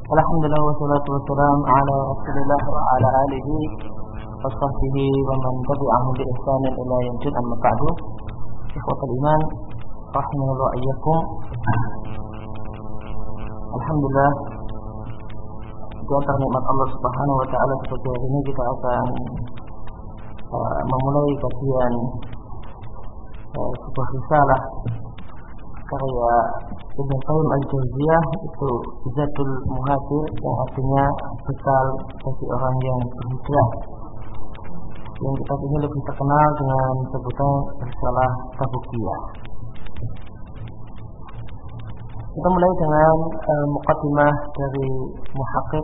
Alhamdulillah wassalatu wassalamu ala Rasulillah wa ala alihi wa sahbihi wa man tabi'ahum bi ihsanin ila yaumil qiyamah, amma ba'du. Ikhwatul iman, rahimallahu wa iyyakum. Alhamdulillah, di antara nikmat Allah Subhanahu wa taala seperti hari ini kita akan memulai kajian sebuah risalah karya Ibnu Qayyim al-Jauziyah, itu Zadul Muhajir, yang artinya bekal bagi orang yang berhijrah, yang kita ini lebih terkenal dengan sebutan risalah Tabukiyah. Kita mulai dengan muqaddimah dari muhaqqiq.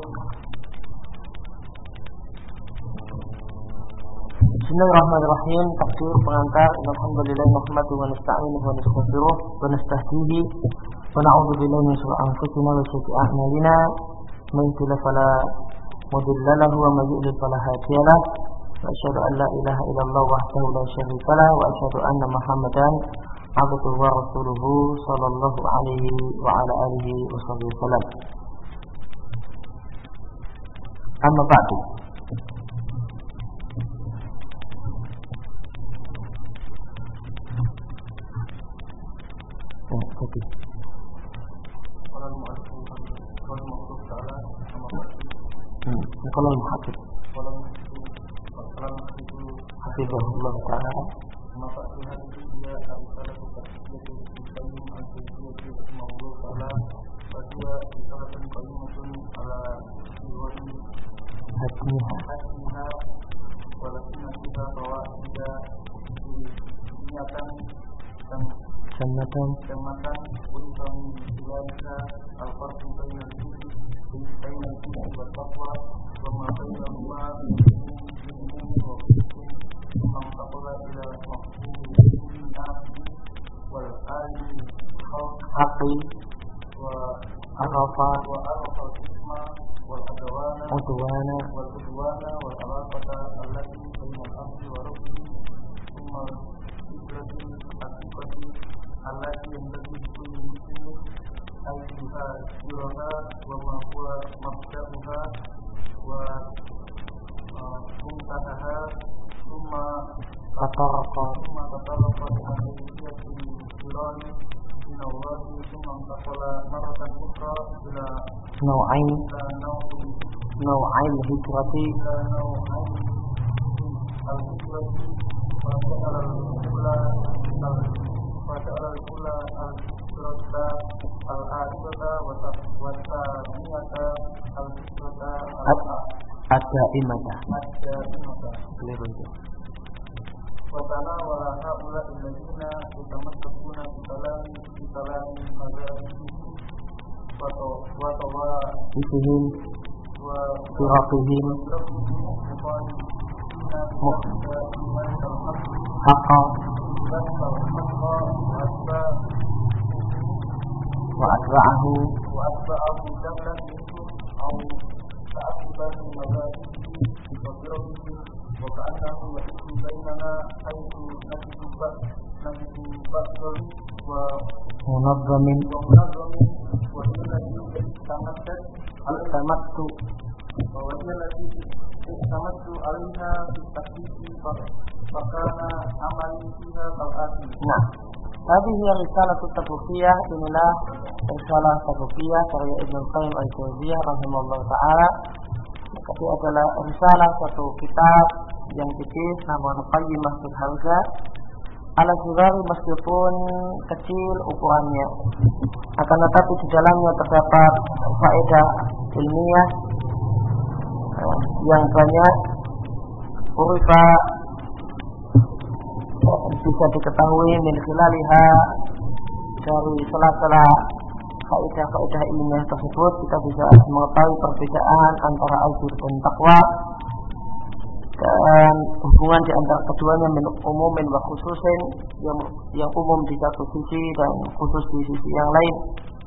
Bismillahirrahmanirrahim. Takbir pengantar. Alhamdulillah nahmaduhu wa nasta'inuhu wa nastaghfiruh wa nastahdihi wa na'udzu billahi min shururi anfusina wa sayyi'ati a'malina. Man yahdihillahu fala mudilla lahu wa man yudlil fala hadiya lahu. Wa asyhadu an la ilaha illallah wahdahu la syarika lahu wa asyhadu anna Muhammadan abduhu wa rasuluhu sallallahu alaihi wa ala alihi wa sahbihi wasallam. Amma ba'du. Kalau muhaqqiq hafizahullah ta'ala maka Tuhan itu dia adalah Jannatan ulisan biasa al-farqu bainal jannati wa taqwa wa ma bainahuma man taqala ila maqsudin wal ali haqqi wa arafa isma wal adwana wal alaqata allati bainal abdi wa rabbihi thumma idrati hakikati allati yanbaghi kulli muslimin ayyiha yuraha wa ma huwa mabda'uha wa muntahaha thumma tataraqa al-hadiyyati sirani min Allah thumma intaqala maratan ukhra ila naw'ain hijrati al-hijrati wa al-ula al-akhirata wa tsaniyata al-hijrata ad-da'imata keliru itu. Watana wala haula alladziina yatamassakuna bi kalami mazhabihi wa tawafihim wa siratihim haqqa wa atba'ahu jablan minhum aw ta'aqiban min mazhabihi wa siratihi wa ka'annahu yahidu bainana haythu najidu ba'dal wa munazzamin wa hiya tamattu alaiha fi tahqiqi fakana amali fiha kal'ati. Nah, hadhihi risalah Tabukiyah, inilah risalah Tabukiyah karya Ibnu Qayyim al-Jauziyah rahimahullah ta'ala. Itu adalah risalah, satu kitab yang tipis namun qayyimah berharga, ala sigari meskipun kecil ukurannya, akan tetapi di dalamnya terdapat faedah ilmiah yang banyak. Urifa, bisa diketahui min khilaliha, dari sela-sela faedah ilmiah tersebut kita bisa mengetahui perbedaan antara al-bir dan takwa, dan hubungan di antara keduanya min umumin wa khususin, yang umum di satu sisi dan khusus di sisi yang lain.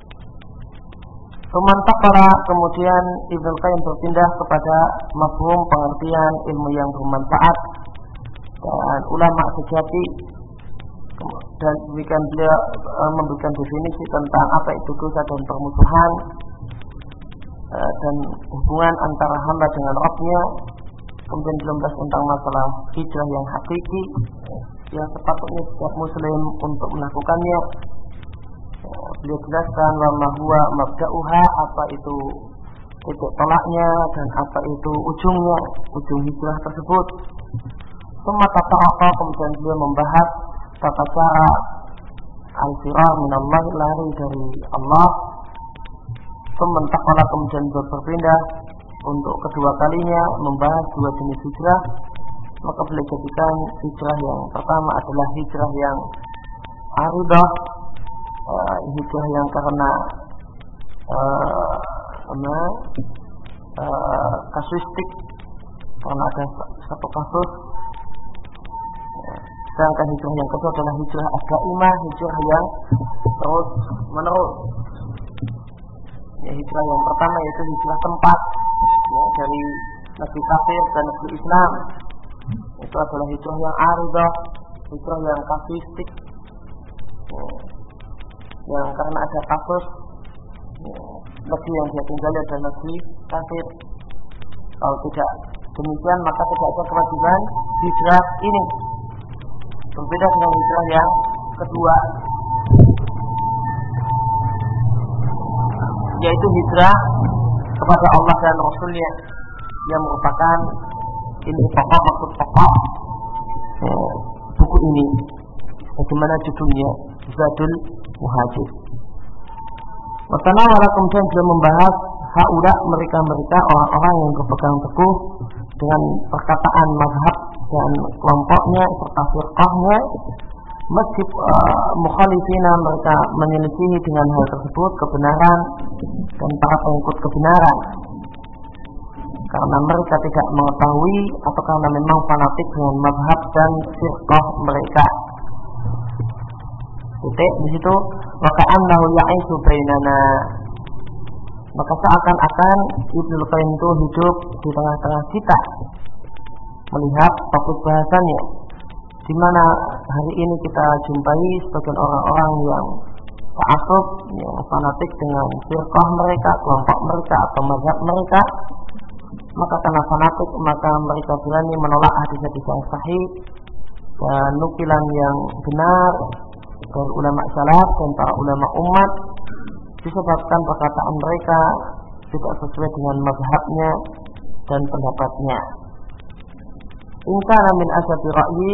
Pemantakara, kemudian Ibnu Qayyim berpindah kepada mafhum, pengertian ilmu yang bermanfaat dan ulama sejati, dan demikian beliau memberikan definisi tentang apa itu dosa dan permusuhan, dan hubungan antara hamba dengan Rabb-nya. Kemudian belum bahas tentang masalah hijrah yang hakiki yang sepatutnya setiap muslim untuk melakukannya. Beliau jelaskan wa ma huwa mabda'uha, apa itu titik tolaknya dan apa itu ujungnya, ujung hijrah tersebut. Kemudian beliau membahas tata cara al-firar minallah, lari dari Allah. Kemudian beliau berpindah untuk kedua kalinya membahas dua jenis hijrah. Maka beliau jadikan hijrah yang pertama adalah hijrah yang aridah, hijrah yang karena kasuistik, karena ada satu kasus. Sedangkan hijrah yang kedua adalah hijrah ad-daimah, hijrah yang terus menerus. Hijrah yang pertama yaitu hijrah tempat, dari negeri kafir ke negeri Islam. Itu adalah hijrah yang aridah, hijrah yang kasuistik, yang karena ada kasus negeri yang dia tinggali adalah negeri kafir. Kalau tidak demikian maka tidak ada kewajiban hijrah ini. Berbeda dengan hijrah yang kedua, yaitu hijrah kepada Allah dan Rasulnya, yang merupakan ini maksud pokok buku ini. Bagaimana judulnya? Zadul Muhajir. Watanawala, kemudian beliau membahas haula, mereka orang-orang yang berpegang teguh dengan perkataan mazhab dan kelompoknya serta firqahnya, meski mukhalifina, mereka menyelisihi dengan hal tersebut kebenaran dan para pengikut kebenaran, karena mereka tidak mengetahui atau karena memang fanatik dengan mazhab dan firqah mereka. Titik di situ, maka annahu ya'isu bainana, maka seakan-akan Ibnu Qayyim itu hidup di tengah-tengah kita. Melihat topik bahasannya, di mana hari ini kita jumpai sebagian orang-orang yang ta'assub, yang fanatik dengan firqah mereka, kelompok mereka atau mazhab mereka. Maka karena fanatik, maka mereka berani menolak hadis-hadis yang sahih dan nukilan yang benar dari ulama salaf dan para ulama umat, disebabkan perkataan mereka tidak sesuai dengan mazhabnya dan pendapatnya. Ingkana min asyabi ra'yi,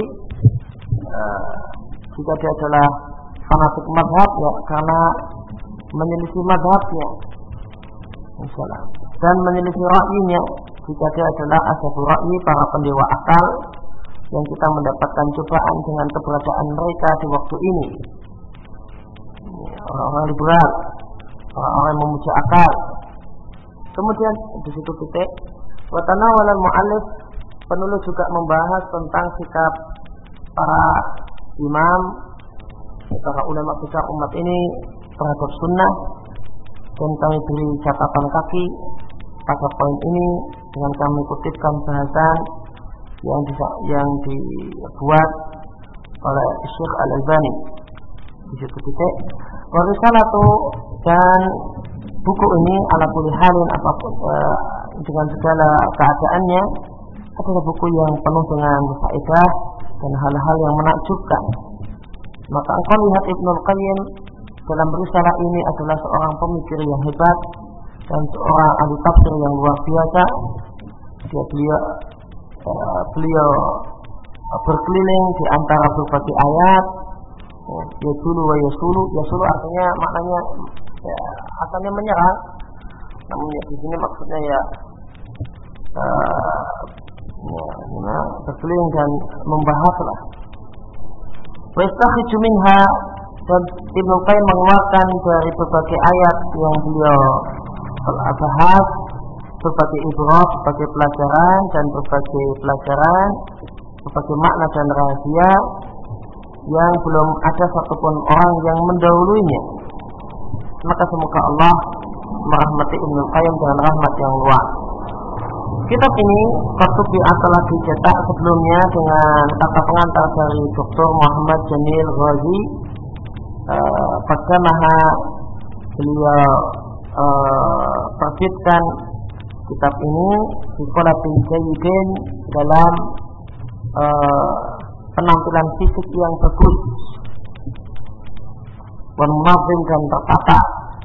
jika dia adalah fanatik mazhab, ya karena menyelisih mazhabnya, insyaallah, dan menyelisih ra'yinya, jika dia adalah asyabi ra'yi, para pendewa akal yang kita mendapatkan cobaan dengan keberadaan mereka di waktu ini, orang-orang liberal, orang-orang yang memuja akal. Kemudian di situ titik watanawala al-mu'allif, penulis juga membahas tentang sikap para imam, para ulama besar umat ini terhadap sunnah, dan kami beri catatan kaki pada poin ini dengan kami kutipkan bahasan yang dibuat oleh Syekh Al-Albani di situ titik. Warisalatu, dan buku ini ala kulli halin, apapun dengan segala keadaannya, adalah buku yang penuh dengan faedah dan hal-hal yang menakjubkan. Maka engkau lihat Ibnu Qayyim dalam risalah ini adalah seorang pemikir yang hebat dan seorang ahli tafsir yang luar biasa. Beliau berkeliling di antara berbagai ayat. Yasulu wa yasulu, yasulu artinya maknanya ya, asalnya menyerang, namun ya di sini maksudnya berkeliling dan membahaslah. Wa yastakhriju minha, dan Ibnu Qayyim mengeluarkan dari berbagai ayat yang beliau bahas berbagai ibrah, berbagai pelajaran dan berbagai makna dan rahasia yang belum ada satupun orang yang mendahulunya. Maka semoga Allah merahmati Ibnu Qayyim dengan rahmat yang luas. Kitab ini Qurtubi telah dicetak sebelumnya dengan kata pengantar dari Dr. Muhammad Jamil Ghazi. Pada maha beliau terbitkan kitab ini biqalatin jayyidin dalam penampilan fisik yang bagus, munazim dan tertata.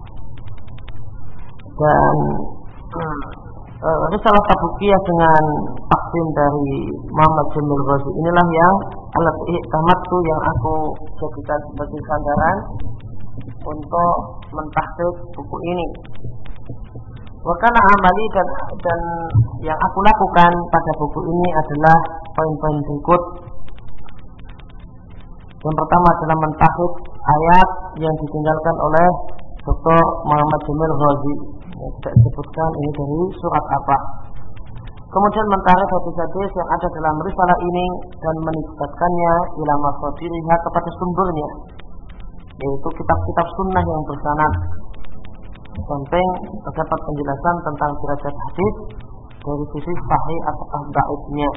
Dan risalah tabukiyah dengan takdim dari Muhammad Jamil Ghazi inilah yang alat i'tamadku, yang aku jadikan sebagai sandaran untuk mentahqiq buku ini. Wakana amali, dan yang aku lakukan pada buku ini adalah poin-poin berikut. Yang pertama adalah mentahqiq ayat yang ditinggalkan oleh Dr. Muhammad Jamil Ghazi, yang tidak disebutkan ini dari surat apa. Kemudian mentarikh hadis-hadis yang ada dalam risalah ini dan menisbatkannya ila masdariha, kepada sumbernya, yaitu kitab-kitab sunnah yang bersanad. Samping terdapat penjelasan tentang derajat hadis dari sisi sahih atau dhaifnya.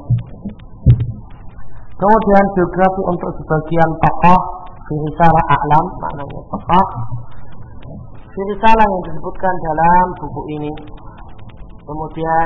Kemudian biografi untuk sebagian tokoh fi risalah a'lam, maknanya tokoh fi risalah yang disebutkan dalam buku ini. Kemudian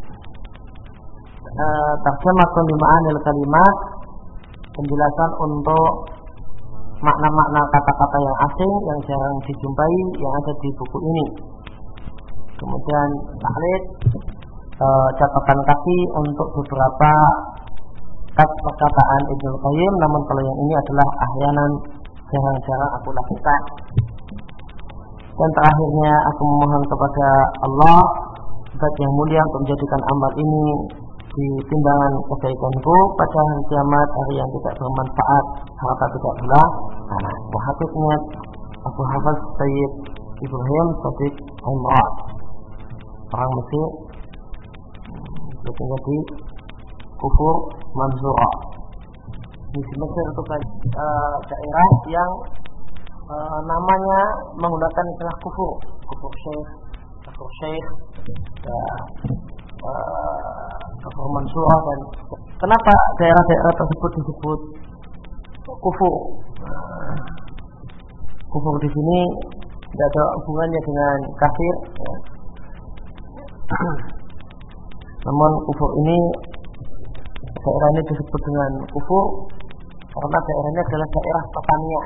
tarjamatun li ma'anil kalimat, penjelasan untuk makna-makna kata-kata yang asing yang jarang dijumpai yang ada di buku ini. Kemudian tahlid, catatan kaki untuk beberapa perkataan Ibnu Qayyim, namun kalau yang ini adalah ahyanan, jarang-jarang aku lakukan. Dan terakhirnya aku memohon kepada Allah Zat yang mulia untuk menjadikan amal ini di timbangan kebaikanku pada hari kiamat, hari yang tidak bermanfaat, harta tidak pula tanah. Wahafidnya Abu Hafiz Sayyid Ibrahim Sadiq Imran, orang Mesir, bertinggal di Kufur Manzura. Di Mesir itu daerah yang namanya menggunakan istilah kufur syekh, kufur Manzura. Dan kenapa daerah-daerah tersebut disebut kufur? Kufur di sini tidak ada hubungannya dengan kafir, ya. Namun kufur ini, daerah ini disebut dengan kufur karena daerahnya adalah daerah pertanian.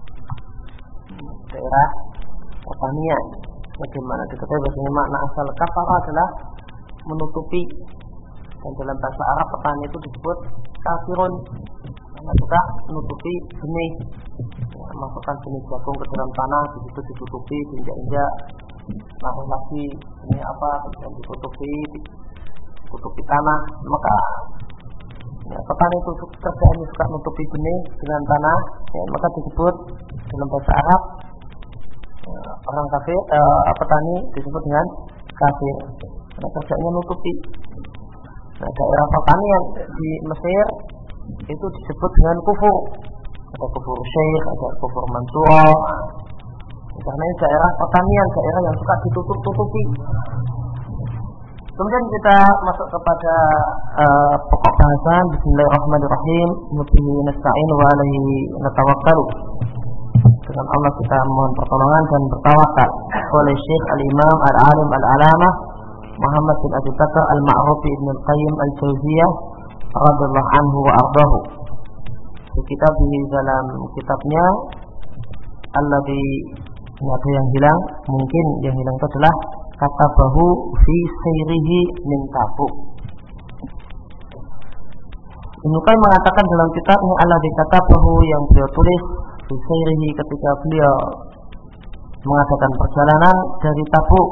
Daerah pertanian. Bagaimana diketahui bahasanya makna asal kafara adalah menutupi, dan dalam bahasa Arab petani itu disebut kafirun, karena suka menutupi benih, ya, masukkan benih jagung ke dalam tanah, disitu ditutupi, diinjak-injak, naruh lagi benih apa, kemudian ditutupi tanah. Maka ya, petani itu kerjaannya suka menutupi benih dengan tanah, ya, maka disebut dalam bahasa Arab orang kafir, petani disebut dengan kafir karena kerjanya nutupi. Nah, daerah pertanian di Mesir itu disebut dengan kufur. Ada kufur syekh, ada kufur Manzura, karena ini daerah pertanian, daerah yang suka ditutup-tutupi. Kemudian kita masuk kepada pokok bahasan. Bismillahirrahmanirrahim. Bihi nasta'in wa alaihi natawakkalu. Dengan Allah kita mohon pertolongan dan bertawakal. Oleh Syekh Al-Imam Al-Alim Al-Alamah Muhammad bin Abi Bakar Al-Ma'rufi Ibn Al-Qayyim Al-Jauziyah radhiyallahu anhu wa ardahu. Di kitab ini, dalam kitabnya alladzi, ada yang hilang, mungkin yang hilang itu adalah katabahu fi sayrihi min Tabuk. Ibnu Qayyim mengatakan dalam kitabnya alladzi katabahu, yang beliau tulis fi sayrihi ketika beliau mengadakan perjalanan dari Tabuk.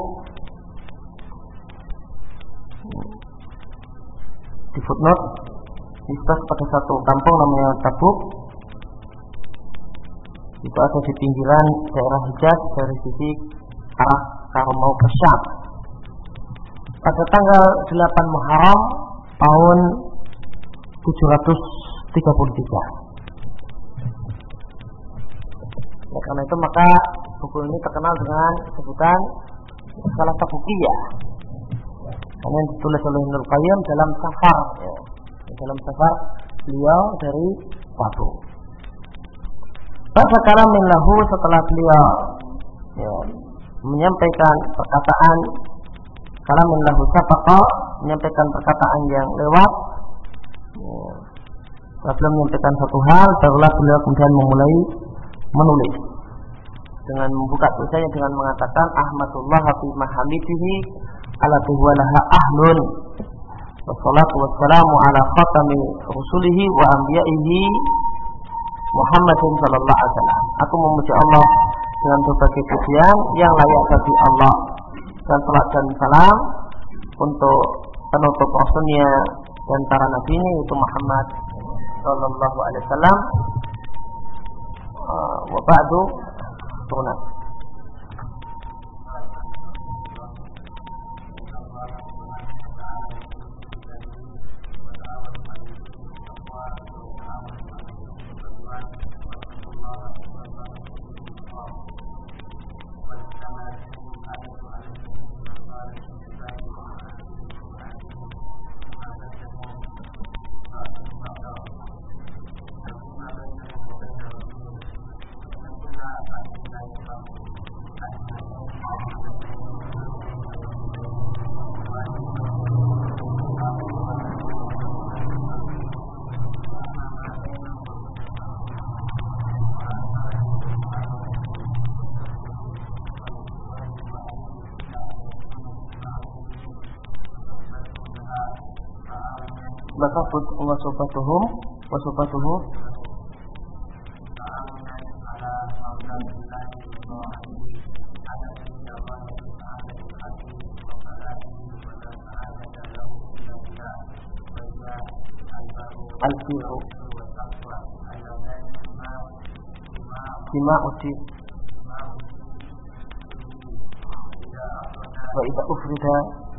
Di footnote nisbah pada satu kampung namanya Tabuk, itu ada di pinggiran daerah Hijaz dari sisi arah kalau mau ke Syam. Pada tanggal 8 Muharram tahun 733. Ya, karena itu maka buku ini terkenal dengan sebutan Risalah Tabukiyah. Karena yang ditulis oleh Ibnu Qayyim dalam safar, ya. Dalam safar beliau dari Tabuk. Pada kalamin lahu, setelah beliau, ya, menyampaikan perkataan kalamin lahu sabaqa, menyampaikan perkataan yang lewat, sebelum menyampaikan satu hal, barulah beliau kemudian memulai menulis dengan membuka tulisannya dengan mengatakan Ahmadullah fi mahamidihi alati huwalaha ahlun wassalatu wassalamu ala khatami rusulihi wa anbiya'ihi Muhammadin sallallahu alaihi wasallam. Aku memuji Allah dengan berbagai pujian yang layak bagi Allah, dan salat dan salam untuk penutup rasulnya dan para nabinya yaitu Muhammad sallallahu alaihi wasallam. Wa ba'du sunat. Basafut wasofatuhu al-fi'u sima'uti wa idha ufrida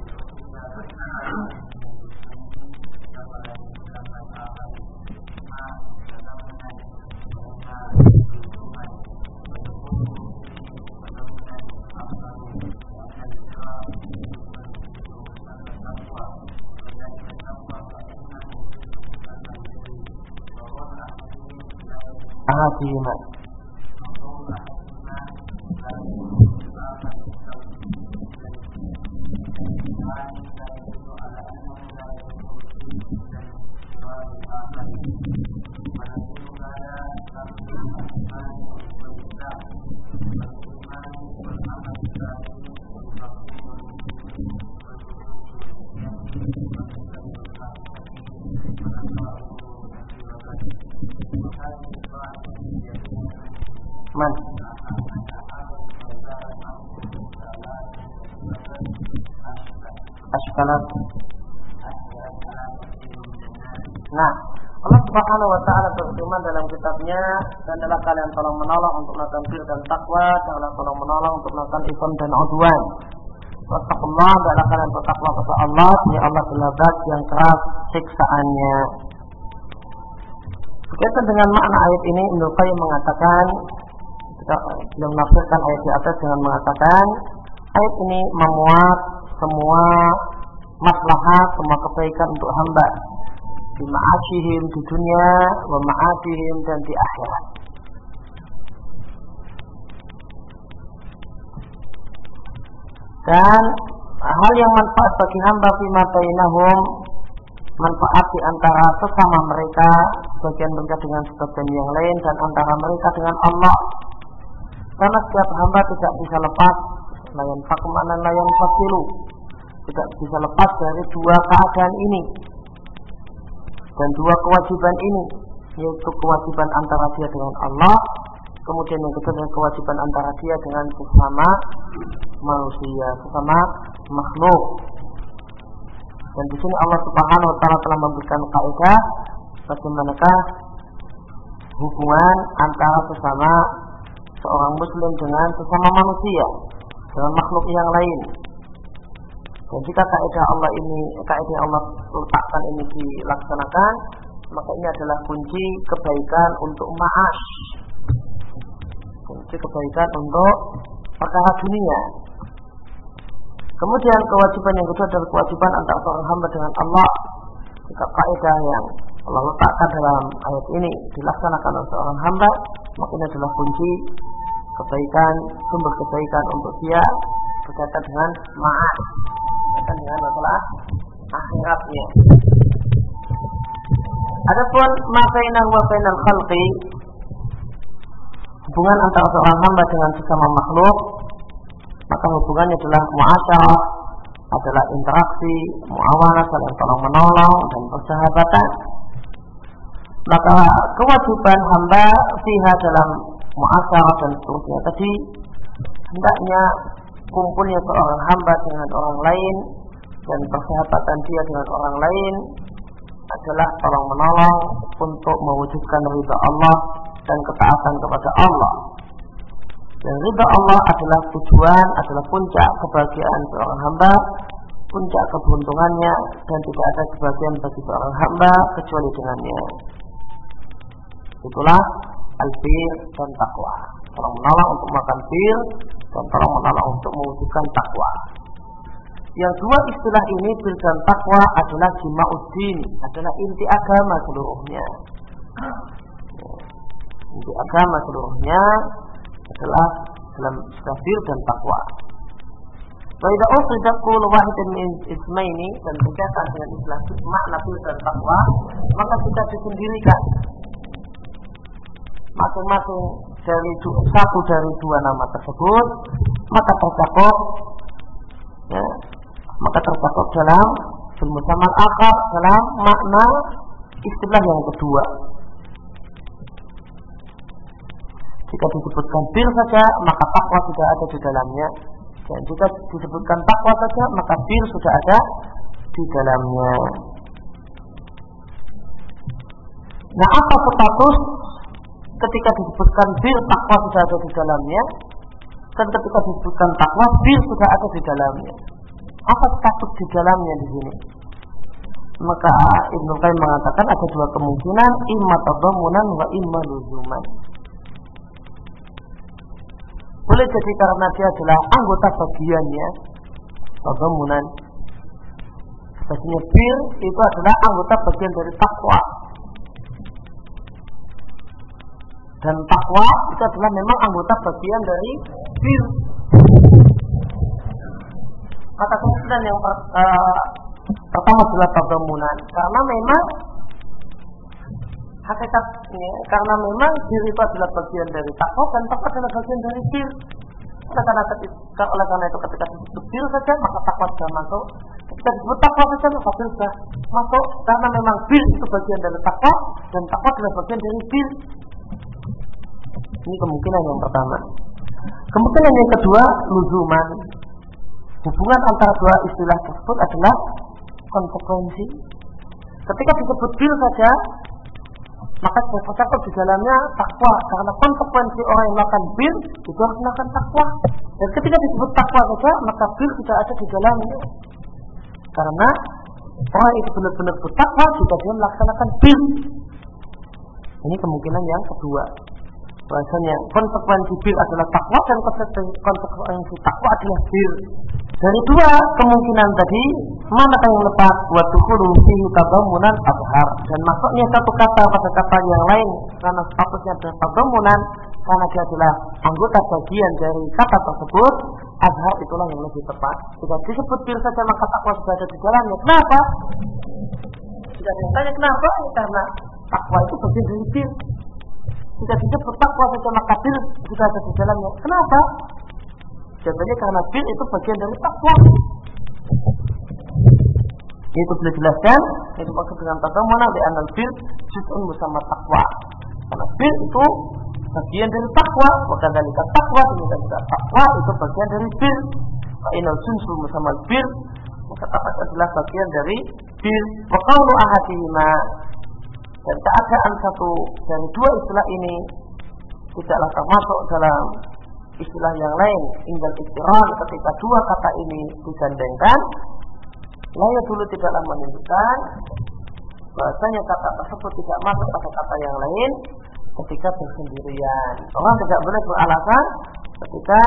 ahadihima man ashkalat. Nah, Allah Subhanahu wa taala berfirman dalam kitabnya, dan adalah kalian tolong menolong untuk melakukan bir dan takwa, janganlah tolong menolong untuk melakukan ism dan udwan. Wattaqullah, adalah kalian bertakwa kepada Allah, ya Allah berlabat yang keras siksaannya. Berkaitan dengan makna ayat ini, Ibnu Qayyim mengatakan, beliau menafsirkan ayat di atas dengan mengatakan ayat ini memuat semua maslahat, semua kebaikan untuk hamba di ma'asyihim di dunia, wa ma'asyihim dan di akhirat. Dan hal yang manfaat bagi hamba fima bainahum, manfaat di antara sesama mereka, sebagian mereka dengan sebagian yang lain, dan antara mereka dengan Allah. Karena setiap hamba tidak bisa lepas layan fakumanan layan fasilu, tidak bisa lepas dari dua keadaan ini dan dua kewajiban ini, yaitu kewajiban antara dia dengan Allah, kemudian yang kedua dengan kewajiban antara dia dengan sesama manusia, sesama makhluk. Dan di sini Allah Subhanahu wa taala telah memberikan kaidah bagaimanakah hubungan antara sesama seorang muslim dengan sesama manusia, dengan makhluk yang lain. Dan jika kaidah Allah ini, kaidah Allah letakkan ini dilaksanakan, maka ini adalah kunci kebaikan untuk ma'ash, kunci kebaikan untuk perkara dunia. Kemudian kewajiban yang kedua adalah kewajiban antara seorang hamba dengan Allah. Jika kaidah yang Allah letakkan dalam ayat ini dilaksanakan oleh seorang hamba, maka ini adalah kunci kebaikan, sumber kebaikan untuk dia berkaitan dengan ma'ash. berkaitan dengan masalah akhiratnya. Adapun ma bainahu wa bainal khalqi, hubungan antara seorang hamba dengan sesama makhluk, maka hubungannya adalah muasyarah, adalah interaksi, muawanah, saling tolong menolong dan persahabatan. Maka kewajiban hamba fiha dalam muasyarah dan seterusnya tadi, hendaknya kumpulnya seorang hamba dengan orang lain dan persahabatan dia dengan orang lain adalah tolong menolong untuk mewujudkan ridha Allah dan ketaatan kepada Allah. Dan ridha Allah adalah tujuan, adalah puncak kebahagiaan seorang hamba, puncak keberuntungannya, dan tidak ada kebahagiaan bagi seorang hamba kecuali dengannya. Itulah al-bir dan taqwa. Tolong menolong untuk makan bir dan tolong menolong untuk mewujudkan takwa. Yang dua istilah ini, bir dan takwa, adalah jima'uddin, adalah inti agama seluruhnya. Inti agama seluruhnya adalah dalam istilah bir dan takwa. Wa idza usida kullu wahidin min ismaini, dan berkaitan dengan istilah makna bir dan takwa, maka kita disendirikan masing-masing dari satu dari dua nama tersebut, maka tercakup dalam musammal akhar, dalam makna istilah yang kedua. Jika disebutkan bir saja, maka takwa sudah ada di dalamnya, dan jika disebutkan takwa saja, maka bir sudah ada di dalamnya. Nah, apa status ketika disebutkan bir, takwa sudah ada di dalamnya, dan ketika disebutkan takwa, bir sudah ada di dalamnya? Apa status di dalamnya di sini? Maka Ibnu Qayyim mengatakan ada dua kemungkinan, imma tadammunan wa imma luzuman. Boleh jadi karena dia adalah anggota bagiannya, tadammunan. Sebenarnya bir itu adalah anggota bagian dari takwa. Dan takwa itu adalah memang anggota bagian dari bir. Maka kemudian yang pertama adalah tadammunan, karena memang hakikatnya, karena memang bir itu adalah bagian dari takwa dan takwa adalah bagian dari bir. Oleh karena itu ketika disebut bir saja, maka takwa sudah masuk. Ketika disebut takwa saja, maka bir sudah masuk, karena memang bir itu bagian dari takwa dan takwa adalah bagian dari bir. Ini kemungkinan yang pertama. Kemungkinan yang kedua, luzuman. Hubungan antara dua istilah tersebut adalah konsekuensi. Ketika disebut bir saja, maka tercakup di dalamnya takwa, karena konsekuensi orang yang melakukan bir itu harus melakukan takwa. Dan ketika disebut takwa saja, maka bir tidak ada di dalamnya, karena orang itu benar-benar bertakwa jika dia melaksanakan bir. Ini kemungkinan yang kedua. Bahasanya konsekuensi bir adalah takwa dan konsekuensi takwa adalah bir. Dari dua kemungkinan tadi, mana yang lepas? Wa tukhuru fihi tadammunan azhar, dan masuknya satu kata pada kata yang lain karena statusnya adalah tadammunan, karena dia adalah anggota bagian dari kata tersebut, azhar itulah yang lebih tepat. Jika disebut bir saja maka takwa sudah ada di dalamnya. Kenapa? Jika ditanya kenapa? Karena takwa itu bagian dari bir. Jika disebut takwa saja maka bir sudah ada di dalamnya. Kenapa? Jawabannya karena bir itu bagian dari takwa. Itu boleh jelaskan. Itu maksud dengan tadammunan di anal bir juz'un bersama takwa. Karena bir itu bagian dari takwa. Bukan dari takwa, demikian juga takwa itu bagian dari bir. Inal junsu bersama bir, maka takwa adalah bagian dari bir. Wa qawlu ahadihima, dan keadaan satu dari dua istilah ini tidaklah termasuk dalam istilah yang lain. Indal istiran, ketika dua kata ini digandengkan, laya dulu tidaklah menunjukkan bahasanya kata tersebut tidak masuk pada kata yang lain ketika bersendirian. Orang tidak boleh beralasan ketika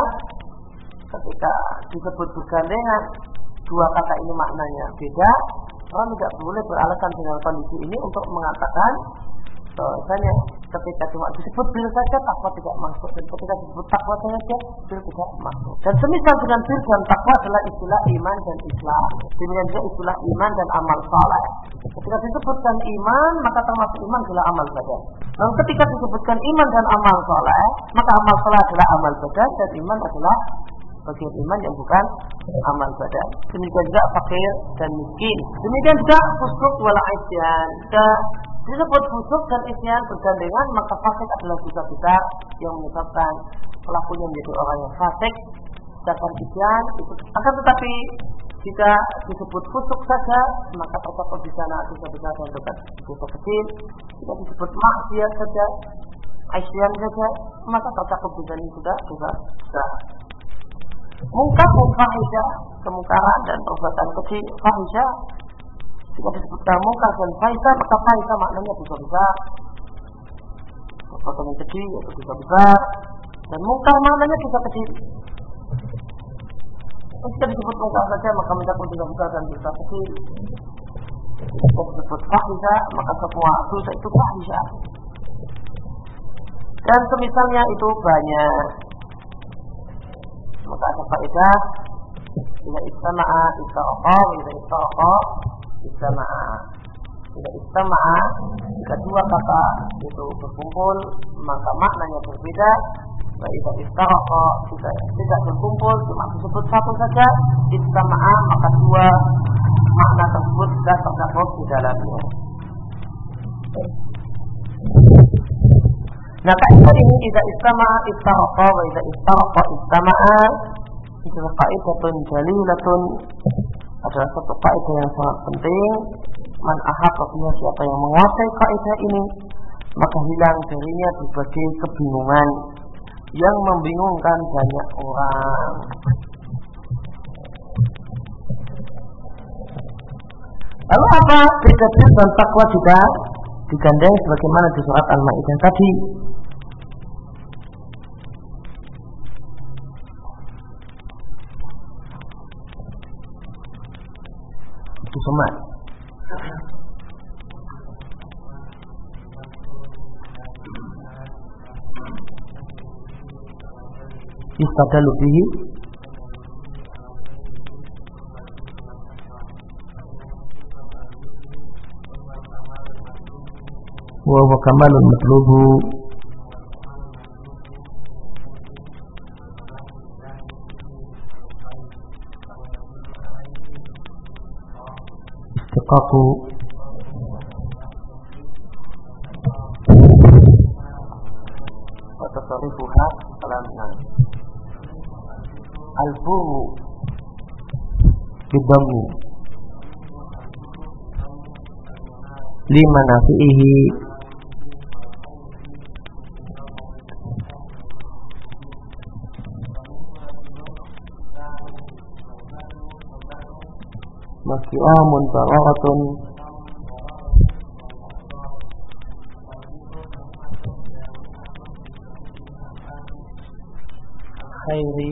disebut bergandengan dua kata ini maknanya beda. Orang tidak boleh beralasan dengan kondisi ini untuk mengatakan bahwasanya ketika cuma disebut bir saja takwa tidak masuk, dan ketika disebut takwa saja bir tidak masuk. Dan semisal dengan bir dan takwa adalah istilah iman dan Islam. Demikian juga istilah iman dan amal saleh. Ketika disebutkan iman, maka termasuk iman adalah amal badan. Dan ketika disebutkan iman dan amal saleh, maka amal saleh adalah amal badan dan iman adalah bagian iman yang bukan amal badan. Demikian juga fakir dan miskin. Demikian juga fusuk wal isyan. Disebut fusuk dan isyan bergandengan, maka fasik adalah dosa besar yang menyebabkan pelakunya menjadi orang yang fasik. Sedangkan isyan itu akan tetapi jika disebut fusuk saja, maka tercakup di sana dosa besar dan dosa kecil. Jika disebut maksiat saja, isyan saja, maka tercakup di sana juga dosa besar. Mungkar dan fahisyah, kemungkaran dan perbuatan kecil. Fahisyah, jika disebutkan mungkar dan fahisyah, maka fahisyah maknanya dosa besar. Perbuatan yang kecil yaitu dosa besar, dan mungkar maknanya dosa kecil. Jika disebut mungkar saja, maka mencakup dosa besar dan dosa kecil. Jika disebut fahisyah, maka semua dosa itu fahisyah. Dan semisalnya itu banyak. Maka ada faedah bila istama'a istaraqa, bila istaraqa istama'a. Bila istama'a, jika dua kata itu berkumpul, maka maknanya berbeda. Bila istaraqa, jika tidak berkumpul, cuma disebut satu saja, istama'a, maka dua makna tersebut sudah terdapat di dalamnya. Nah, kaidah ini idza istama'a istaraqa wa idza istaraqa istama'a, itu kaidah jalilatun, adalah satu kaidah yang sangat penting. Man ahabba, siapa yang menguasai kaidah ini, maka hilang darinya berbagai kebingungan yang membingungkan banyak orang. Lalu apa beda dan takwa juga digandeng sebagaimana di surat Al-Maidah tadi. Itu semua. Istadalu bihi wa huwa kamalul matlubu istiqaqu wa tasarrufuha salamna al-furu bidammi lima nafi'ihi masyi'amun bara'atun khairi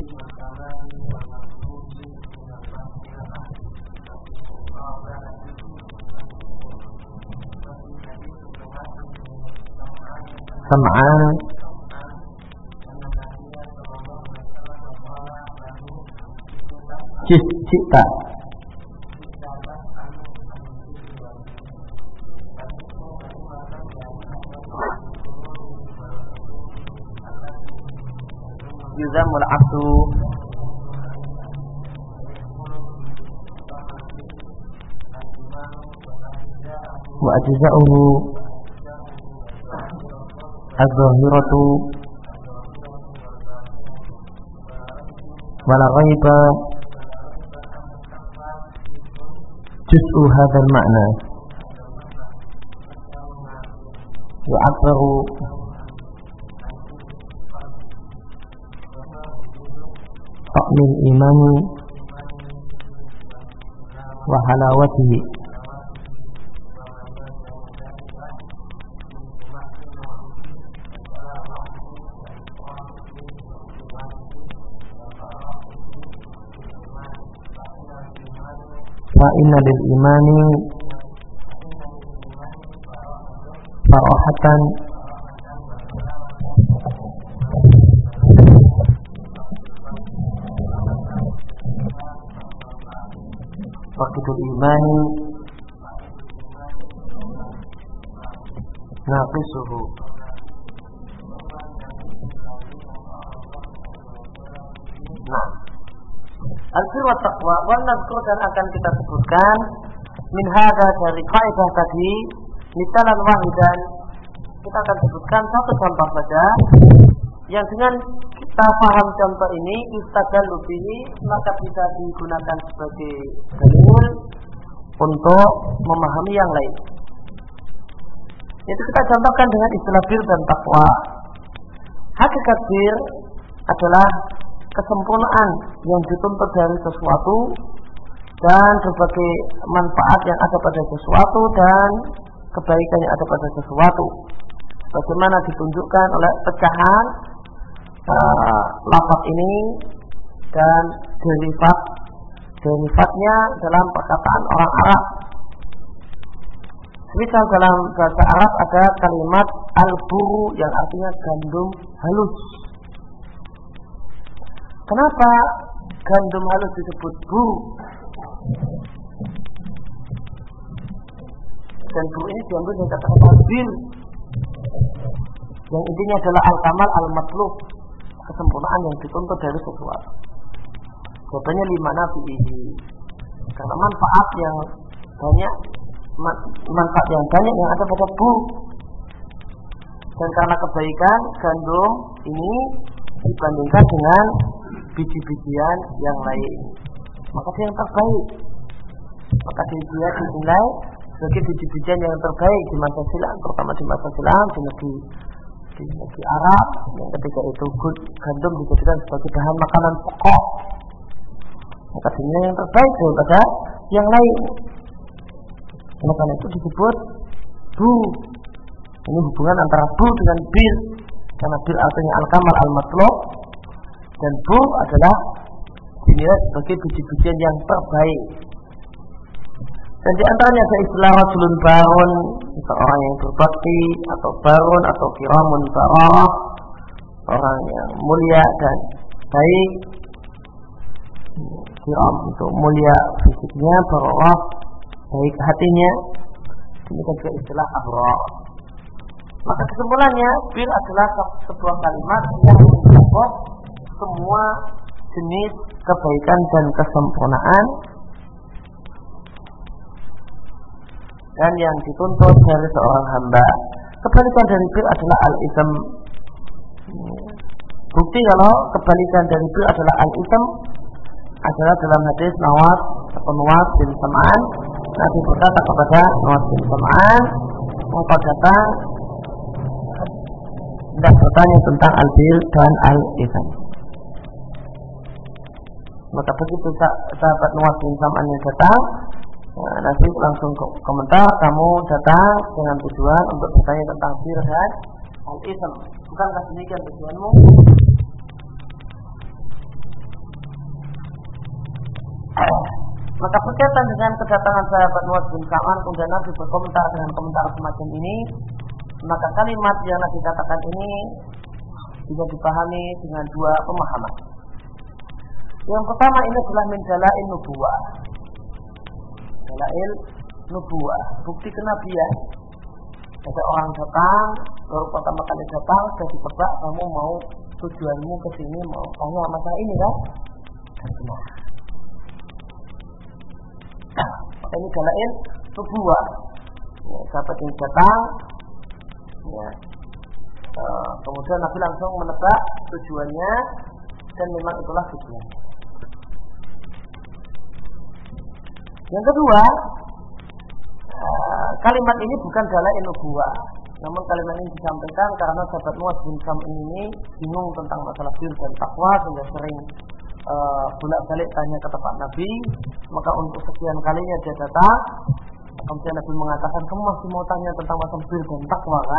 sam'an cita yuzamul abdu wa ajza'uhu az-zahiratu wala ghaiba juz'u hadzal ma'na yu'abbaru ta'mil imani wa halawatihi fa inna lil imani farahatan Wahidul imani naqisuhu. Nah, al-bir wa taqwa wa nadhkur, dan akan kita sebutkan min hadza, dari kaidah tadi, misalan wahidan, kita akan sebutkan satu contoh saja yang dengan kita paham contoh ini istadallu bihi, maka bisa digunakan sebagai dalil untuk memahami yang lain. Itu kita contohkan dengan istilah bir dan takwa. Hakikat bir adalah kesempurnaan yang dituntut dari sesuatu dan berbagai manfaat yang ada pada sesuatu dan kebaikan yang ada pada sesuatu, bagaimana ditunjukkan oleh pecahan lafaz ini dan derivatnya dalam perkataan orang Arab. Misal dalam bahasa Arab ada kalimat al-buru yang artinya gandum halus. Kenapa gandum halus disebut buru? Dan buru ini diambil dari kata-kata bir, yang intinya adalah al-kamal al-matlub, kesempurnaan yang dituntut dari sesuatu. Jawabannya lima nafi'ihi, karena manfaat yang banyak yang ada pada buru, dan karena kebaikan gandum ini dibandingkan dengan biji-bijian yang lain, maka dia yang terbaik. Maka dia dinilai sebagai biji-bijian yang terbaik di masa silam, terutama di masa silam di negeri Arab, yang ketika itu gandum dijadikan sebagai bahan makanan pokok, maka dinilai yang terbaik daripada yang lain. Karena itu disebut bu. Ini hubungan antara bu dengan bir, karena bir artinya al-kamal al-matlub, dan bu adalah dinilai sebagai biji-bijian yang terbaik. Dan di antaranya ada istilah rajulun barun, orang yang berbakti, atau barun atau kiramun barah, orang yang mulia dan baik. Kiram itu mulia fisiknya, barah baik hatinya. Ini juga istilah abrar. Maka kesimpulannya, bir adalah sebuah kalimat yang mencakup semua jenis kebaikan dan kesempurnaan, dan yang dituntut dari seorang hamba. Kebalikan dari bir adalah al-ism. Bukti kalau kebalikan dari bir adalah al-ism adalah dalam hadis Nawas bin Sam'an. Nabi berkata kepada Nawas bin Sam'an, engkau datang hendak bertanya tentang al-bir dan al-ism. Maka begitu sahabat Nawas bin Sam'an yang datang, Nabi langsung komentar, kamu datang dengan tujuan untuk bertanya tentang bir dan al-ism. Bukankah demikian tujuanmu? Maka berkaitan dengan kedatangan sahabat Nawas bin Sam'an, kemudian Nabi berkomentar dengan komentar semacam ini, maka kalimat yang Nabi katakan ini bisa dipahami dengan dua pemahaman. Yang pertama, ini adalah min dalail nubuwah. Dalail nubuwah, bukti kenabian. Ada orang datang, baru pertama kali datang, sudah ditebak, kamu mau tujuanmu ke sini, mau tanya masalah ini kan? Dan benar. Maka ini dalail nubuwah. Ya, sahabat yang datang, ya, kemudian Nabi langsung menebak tujuannya, dan memang itulah tujuannya. Yang kedua, kalimat ini bukan dalail nubuwah, namun kalimat ini disampaikan karena sahabat Nawas bin Sam'an ini bingung tentang masalah bir dan takwa, sehingga sering bolak-balik tanya ke tempat Nabi. Maka untuk sekian kalinya dia datang, kemudian Nabi mengatakan, kamu masih mau tanya tentang masalah bir dan takwa kan?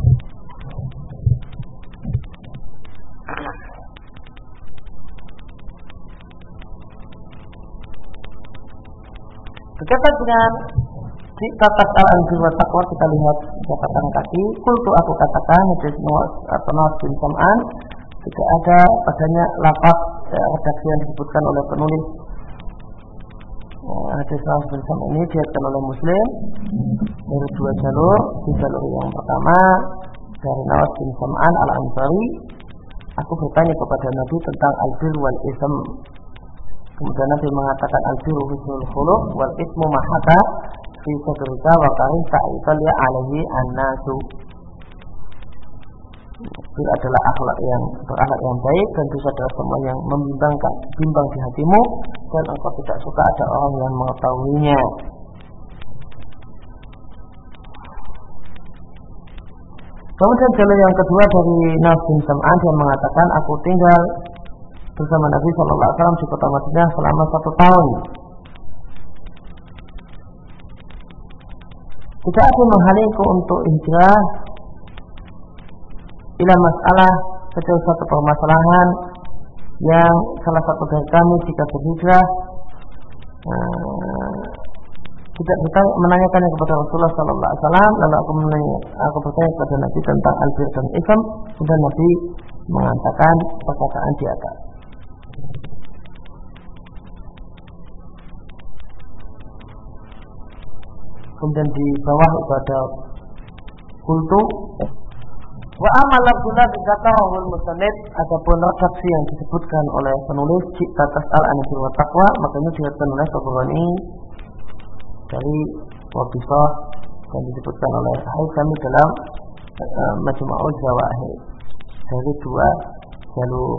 Berkaitan dengan tata cara al-bir wa taqwa, kita lihat catatan kaki. Kultu, aku katakan, hadis Nawas bin Sam'an tidak ada padanya lafaz redaksi yang disebutkan oleh penulis Hadis Nawas bin Sam'an ini diriwayatkan oleh Muslim dari dua jalur. Di jalur yang pertama dari Nawas bin Sam'an al-Ansari, aku bertanya kepada Nabi tentang al-bir wal ism. Kemudian Nabi mengatakan al-bir husnul khuluq wal ismu mahaka fi sadrika wa karisa italya alaihi an-nasu. Bir adalah akhlak yang berakhlak yang baik, dan dosa adalah semua yang bimbang di hatimu, dan engkau tidak suka ada orang yang mengetahuinya. Kemudian jalur yang kedua dari Nawas bin Sam'an, dia mengatakan aku tinggal bersama Nabi SAW di kota Madinah selama 1 tahun. Tidak ada menghalingku untuk hijrah ila masalah kecuali satu permasalahan yang salah satu dari kami jika berhijrah tidak menanyakannya kepada Rasulullah SAW. Lalu aku bertanya kepada Nabi tentang al-bir dan ism, dan Nabi mengatakan perkataan di atas. Kemudian di bawah itu ada kultu wa amal Abdullah dzakarahu al-musannid. Adapun redaksi yang disebutkan oleh penulis Cipta Tas'al an-Nabiyyi wa Taqwa, makanya diriwayatkan oleh Tabrani dari Wabisah dan disebutkan oleh Haythami dalam Majmu'ul Zawahir dari dua jalur.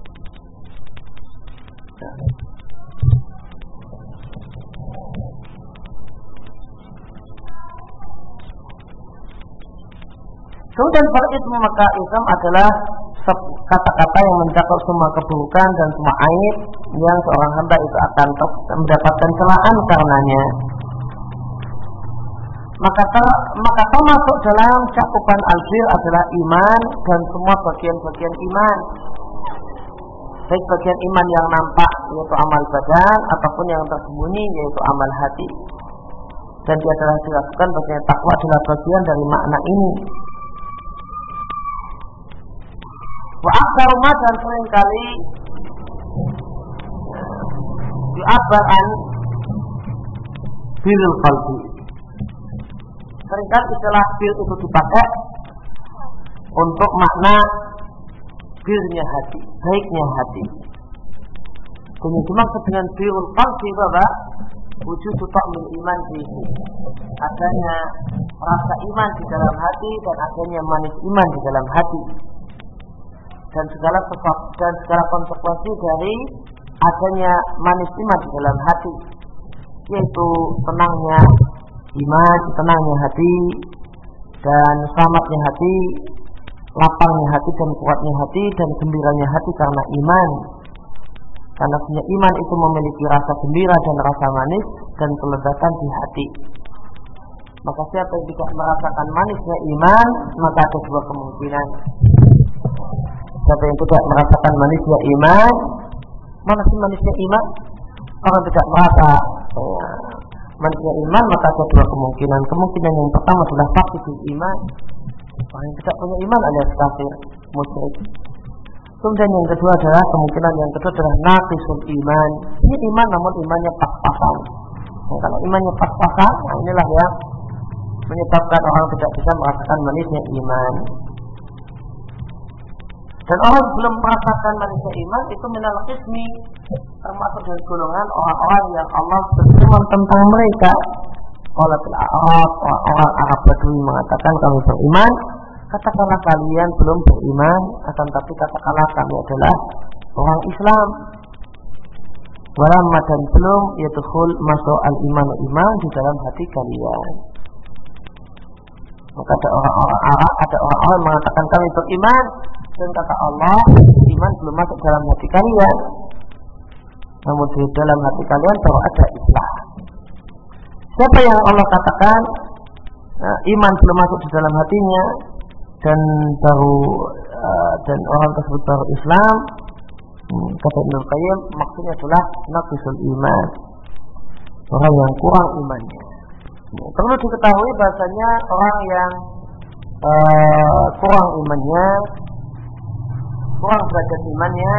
Kemudian faridmu maka ism adalah kata-kata yang mencakup semua keburukan dan semua aib yang seorang hamba itu akan mendapatkan celaan karenanya. Maka termasuk dalam cakupan al-bir adalah iman dan semua bagian-bagian iman, baik bagian iman yang nampak yaitu amal badan ataupun yang tersembunyi yaitu amal hati. Dan dia adalah dilakukan bagian takwa adalah bagian dari makna ini. Wa aktsaru dan seringkali diabaran birrul qalbi. Seringkali istilah bir itu dipakai untuk makna birnya hati, baiknya hati. Kemudian dimaksud dengan birrul qalbi bahwa wujud ta'mil iman fihi, adanya rasa iman di dalam hati dan adanya manis iman di dalam hati, dan segala konsekuensi dari adanya manis iman di dalam hati, yaitu tenangnya iman, tenangnya hati, dan selamatnya hati, lapangnya hati dan kuatnya hati, dan gembiranya hati karena iman. Karena punya iman itu memiliki rasa gembira dan rasa manis dan kelezatan di hati. Maka siapa yang tidak merasakan manisnya iman, maka ada dua kemungkinan. Siapa yang tidak merasakan manisnya iman, mana sih manisnya iman? Orang tidak merasa manisnya iman, maka ada dua kemungkinan. Kemungkinan yang pertama adalah fasidul iman, orang yang tidak punya iman alias kafir, musyrik. Kemudian yang kedua adalah naqisul iman. Ini iman namun imannya pas-pasan. Kalau imannya pas-pasan, inilah yang menyebabkan orang tidak bisa merasakan manisnya iman. Dan orang belum merasakan manisnya iman itu minal qismi, termasuk dari golongan orang-orang yang Allah berfirman tentang mereka. Qalatil a'rab, orang Arab Badui mengatakan kami beriman. Katakanlah kalian belum beriman, akan tapi katakanlah kami adalah orang Islam. Walamma dan belum yadkhul masuk al-iman di dalam hati kalian. Maka ada orang-orang Arab, ada orang-orang yang mengatakan kami beriman, dan kata Allah iman belum masuk dalam hati kalian. Namun di dalam hati kalian baru ada Islam. Siapa yang Allah katakan iman belum masuk di dalam hatinya, dan orang tersebut baru Islam, kata Ibnu Qayyim, maksudnya adalah naqisul iman, orang yang kurang imannya. Perlu diketahui bahasanya orang yang kurang imannya, kurang derajat imannya,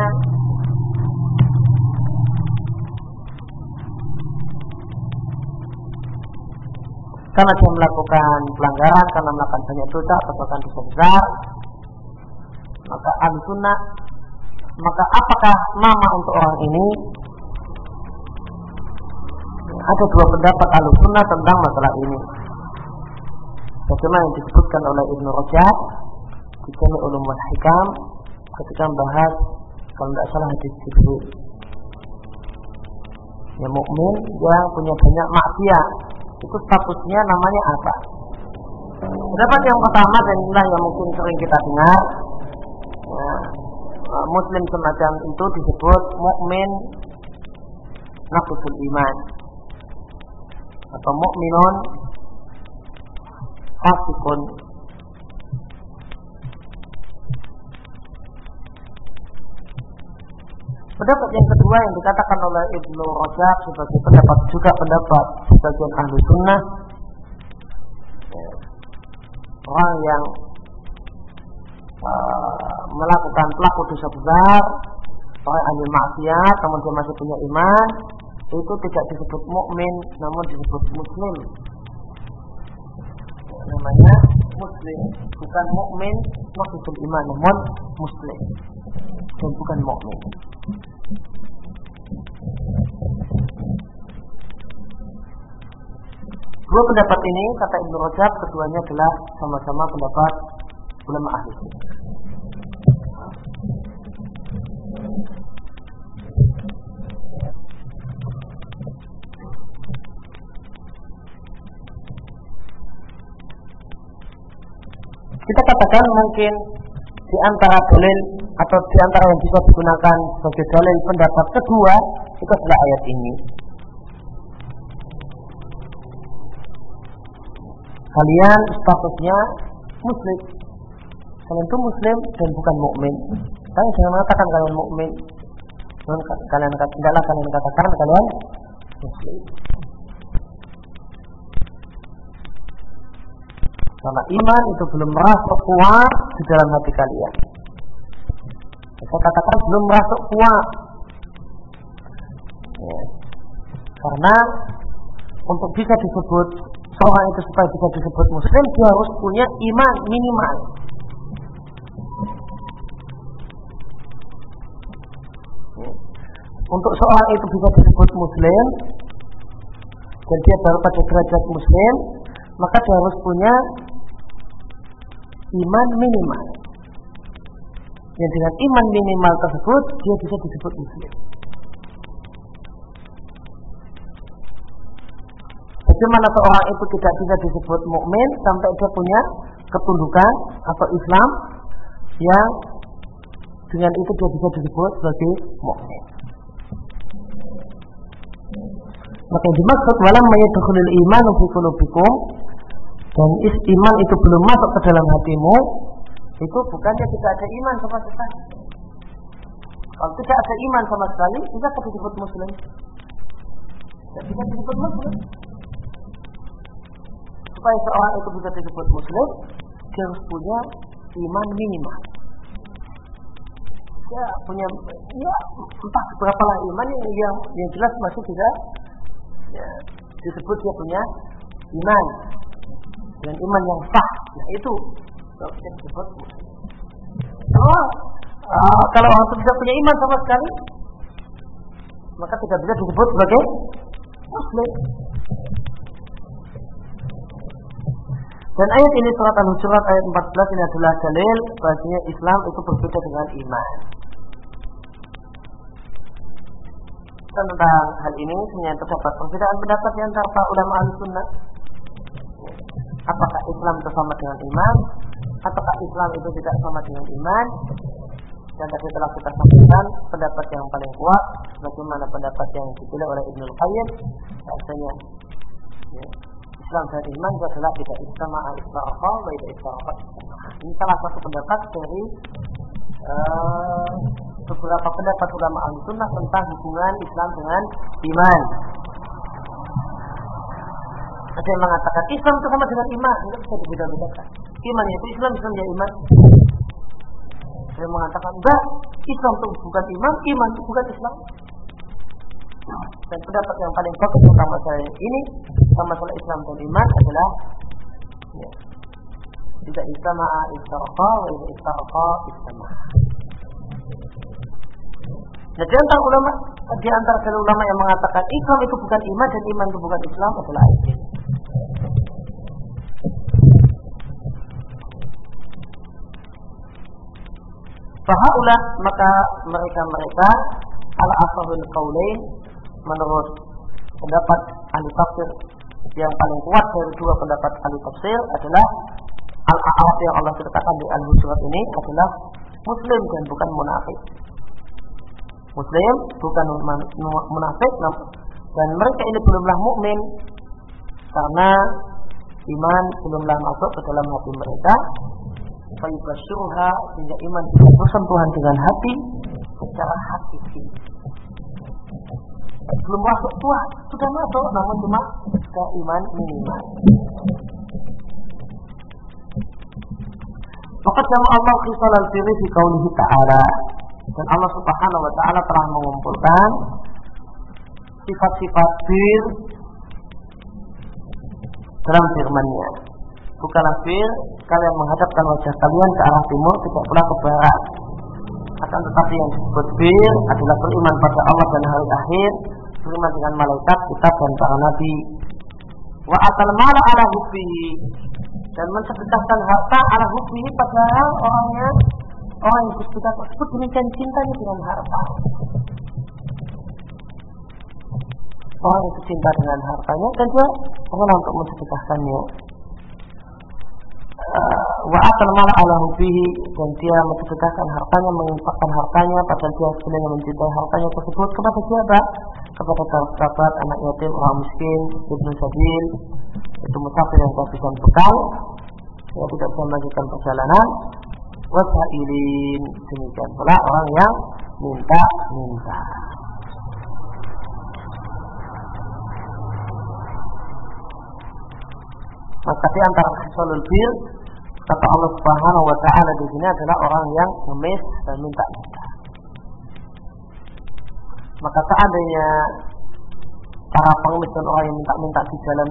karena dia melakukan pelanggaran, karena melakukan banyak dosa atau bahkan dosa besar, maka Ahlussunnah, maka apakah nama untuk orang ini? Ada dua pendapat Ahlussunnah tentang masalah ini. Bagaimana yang disebutkan oleh Ibnu Rajab di Jami' Ulumul Hikam ketika membahas, kalau tidak salah, hadis Jibril, ya mukmin yang punya banyak maksiat itu statusnya namanya apa? Pendapat yang pertama, dan inilah yang mungkin sering kita dengar, ya, muslim semacam itu disebut mukmin naqisul iman atau mukminun fasikun. Pendapat yang kedua yang dikatakan oleh Ibnu Rajab sebagai pendapat juga pendapat sebagian ahli sunnah, orang yang melakukan pelaku dosa besar, orang ahli maksiat, namun dia masih punya iman, itu tidak disebut mukmin, namun disebut muslim. Namanya muslim, bukan mukmin, maksudul iman, namun muslim dan bukan mukmin. Dua pendapat ini, kata Ibnu Rajab, keduanya adalah sama-sama pendapat ulama ahli sunnah. Kita katakan mungkin di antara dalil atau di antara yang bisa digunakan sebagai dalil pendapat kedua itu adalah ayat ini. Kalian statusnya muslim, kalian itu muslim dan bukan mukmin. Kalian jangan mengatakan kalian mukmin, kalian katakan kalian muslim. Karena iman itu belum merasuk kuat di dalam hati kalian. Saya katakan belum merasuk kuat. Ya. Karena untuk bisa disebut seorang itu, supaya bisa disebut muslim, dia harus punya iman minimal. Ya. Untuk seorang itu bisa disebut muslim dan dia baru pada derajat muslim, maka dia harus punya iman minimal. Yang dengan iman minimal tersebut dia bisa disebut muslim. Bagaimana seorang itu tidak bisa disebut mukmin sampai dia punya ketundukan atau Islam yang dengan itu dia bisa disebut sebagai mukmin. Maka yang dimaksud walam mayadkhulul iman fi qulubikum, dan iman itu belum masuk ke dalam hatimu, itu bukannya tidak ada iman sama sekali. Kalau tidak ada iman sama sekali, bisa disebut muslim. Tidak bisa disebut muslim. Supaya seorang itu bisa disebut muslim, dia harus punya iman minimal. Ya punya, ya entah berapa lah iman yang jelas masih bisa ya, disebut dia punya iman dengan iman yang sah. Nah itu bisa disebut muslim. Kalau orang itu tidak punya iman sama sekali, maka tidak bisa disebut sebagai muslim. Dan ayat ini, surat Al-Hujurat ayat 14, ini adalah dalil bahwasanya Islam itu berbeda dengan iman. Tentang hal ini sebenarnya terdapat perbedaan pendapat di antara para ulama Ahlussunnah. Apakah Islam itu sama dengan iman, ataukah Islam itu tidak sama dengan iman? Dan tadi telah kita sampaikan pendapat yang paling kuat, bagaimana pendapat yang dipilih oleh Ibnu Qayyim, bahwasanya Islam dan iman itu adalah tidak sama al-istirafa wa tidak istirafa. Ini salah satu pendapat dari beberapa pendapat ulama Ahlussunnah tentang hubungan Islam dengan iman. Ada yang mengatakan Islam itu sama dengan iman, tidak bisa dibedakan. Iman itu Islam, Islam ya iman. Ada yang mengatakan enggak, Islam itu bukan iman, iman itu bukan Islam. Dan pendapat yang paling bagus tentang masalah ini Tentang masalah Islam dan iman adalah ya, tidak istama'a istaraqa wa idza istaraqa istama'a. Nah, di antara ulama yang mengatakan Islam itu bukan iman dan iman itu bukan Islam adalah ayat ini. Fahaulah, maka mereka ala asahul qaulain, menurut pendapat ahli tafsir yang paling kuat dari dua pendapat ahli tafsir adalah al-a'raf yang Allah ceritakan di Al-Hujurat ini adalah muslim dan bukan munafik. Muslim bukan munafik, dan mereka ini belumlah mukmin karena iman belumlah masuk ke dalam hati mereka. Fayubashiruha, sehingga iman bisa bersentuhan dengan hati secara hakiki. Belum masuk tua, sudah masuk, namun cuma ke iman minimal. Maka sama Allah kisah al-firri fi qaulihi ta'ala, dan Allah subhanahu wa ta'ala telah mengumpulkan sifat-sifat bir dalam firman-Nya. Bukanlah bir kalian menghadapkan wajah kalian ke arah timur, tidak pula ke barat. Akan tetapi yang disebut bir adalah beriman pada Allah dan hari akhir, beriman dengan malaikat, kitab dan para nabi. Wa atal mala ala hubbihi, dan mensedekahkan harta ala hubbihi, padahal orang yang bersedekah tersebut demikian cintanya dengan harta. Orang itu cinta dengan hartanya dan dia rela untuk mensedekahkannya. Wa atal mala ala hubbihi, dan dia mensedekahkan hartanya, menginfakkan hartanya, padahal dia sebenarnya mencintai hartanya tersebut kepada siapa? Kepada sahabat, anak yatim, orang miskin, ibnu sabil, itu musafir yang kehabisan bekal, yang tidak bisa melanjutkan perjalanan, wasailin, demikian pula orang yang minta-minta. Maka di antara khisalul bir, kata Allah Subhanahu wa ta'ala di sini adalah orang yang ngemis dan minta-minta. Maka seandainya para pengemis dan orang yang minta-minta di jalan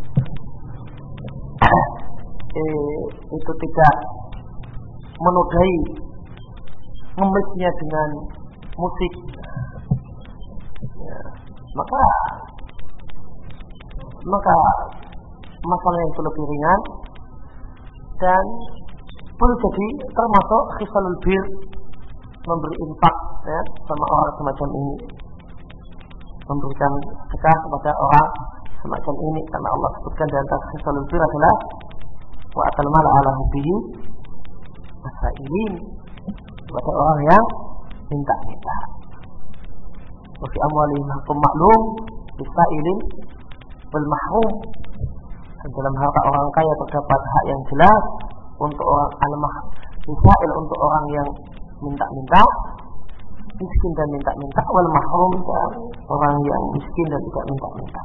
itu tidak menodai ngemisnya dengan musik, ya, maka masalah yang itu lebih ringan dan boleh jadi termasuk khisalul bir, memberi infak ya, sama orang semacam ini, memberikan sedekah kepada orang semacam ini, karena Allah sebutkan di antara khisalul bir adalah wa atal mala ala hubbihi wasailin, kepada orang yang minta-minta. Wa fi amwalihim haqqun ma'lum lisailin wal mahrum, dalam harta orang kaya terdapat hak yang jelas untuk orang al-mahrum, untuk orang yang minta-minta, miskin dan minta-minta, wal mahrum, dan orang yang miskin dan tidak minta-minta.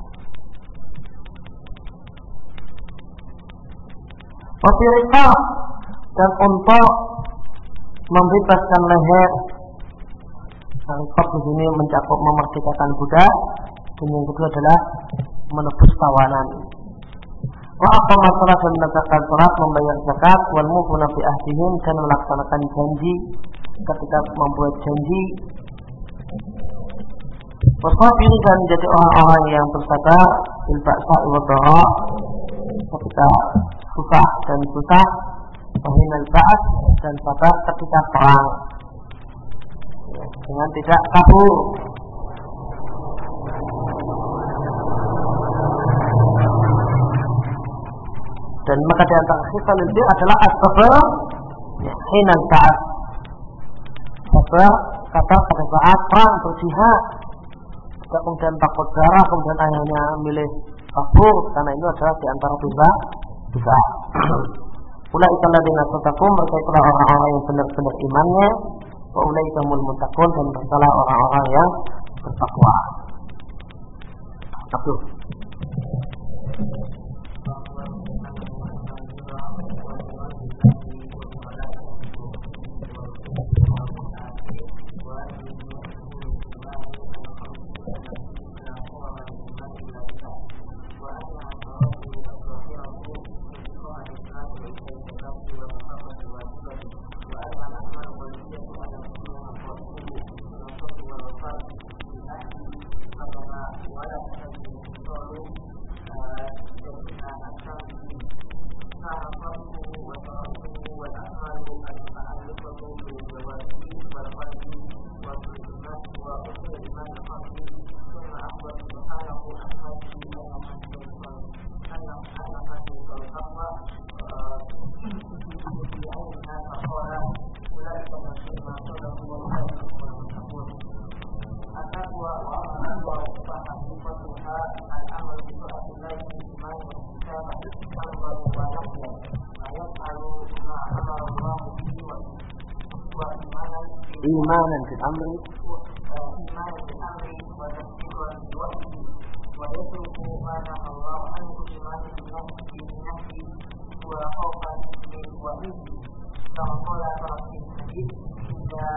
Wafirika, dan untuk membebaskan leher. Rikab di sini mencakup memerdekakan budak, dan yang kedua adalah menebus tawanan. Wa aqama shalat, dan menegakkan salat, membayar zakat, wal mufuna fi ahdihim, dan melaksanakan janji ketika membuat janji. Wasabiri, dan menjadi orang-orang yang bersabar bil ba'sa'i wad dharra, ketika susah dan susah, wa hinal ba's, dan sabar ketika perang, dengan tidak kabur. Dan maka di antara khisalul bir adalah as-sabr hinal ba's, sabar kata pada saat perang, berjihad, tidak kemudian takut darah, kemudian akhirnya milih kabur, karena itu adalah di antara dosa. Ulaika alladziina sadaqu, mereka itulah orang-orang yang benar-benar imannya, wa ulaika humul muttaqun, dan mereka orang-orang yang bertakwa. Aduh. imanan fil amri إيمانا بالأمر وتصديقا بوحيه ويترك ما نهى الله عنه إيمانا بالنهي وخوفا من وعيده كما قال تعالى في الحديث إذا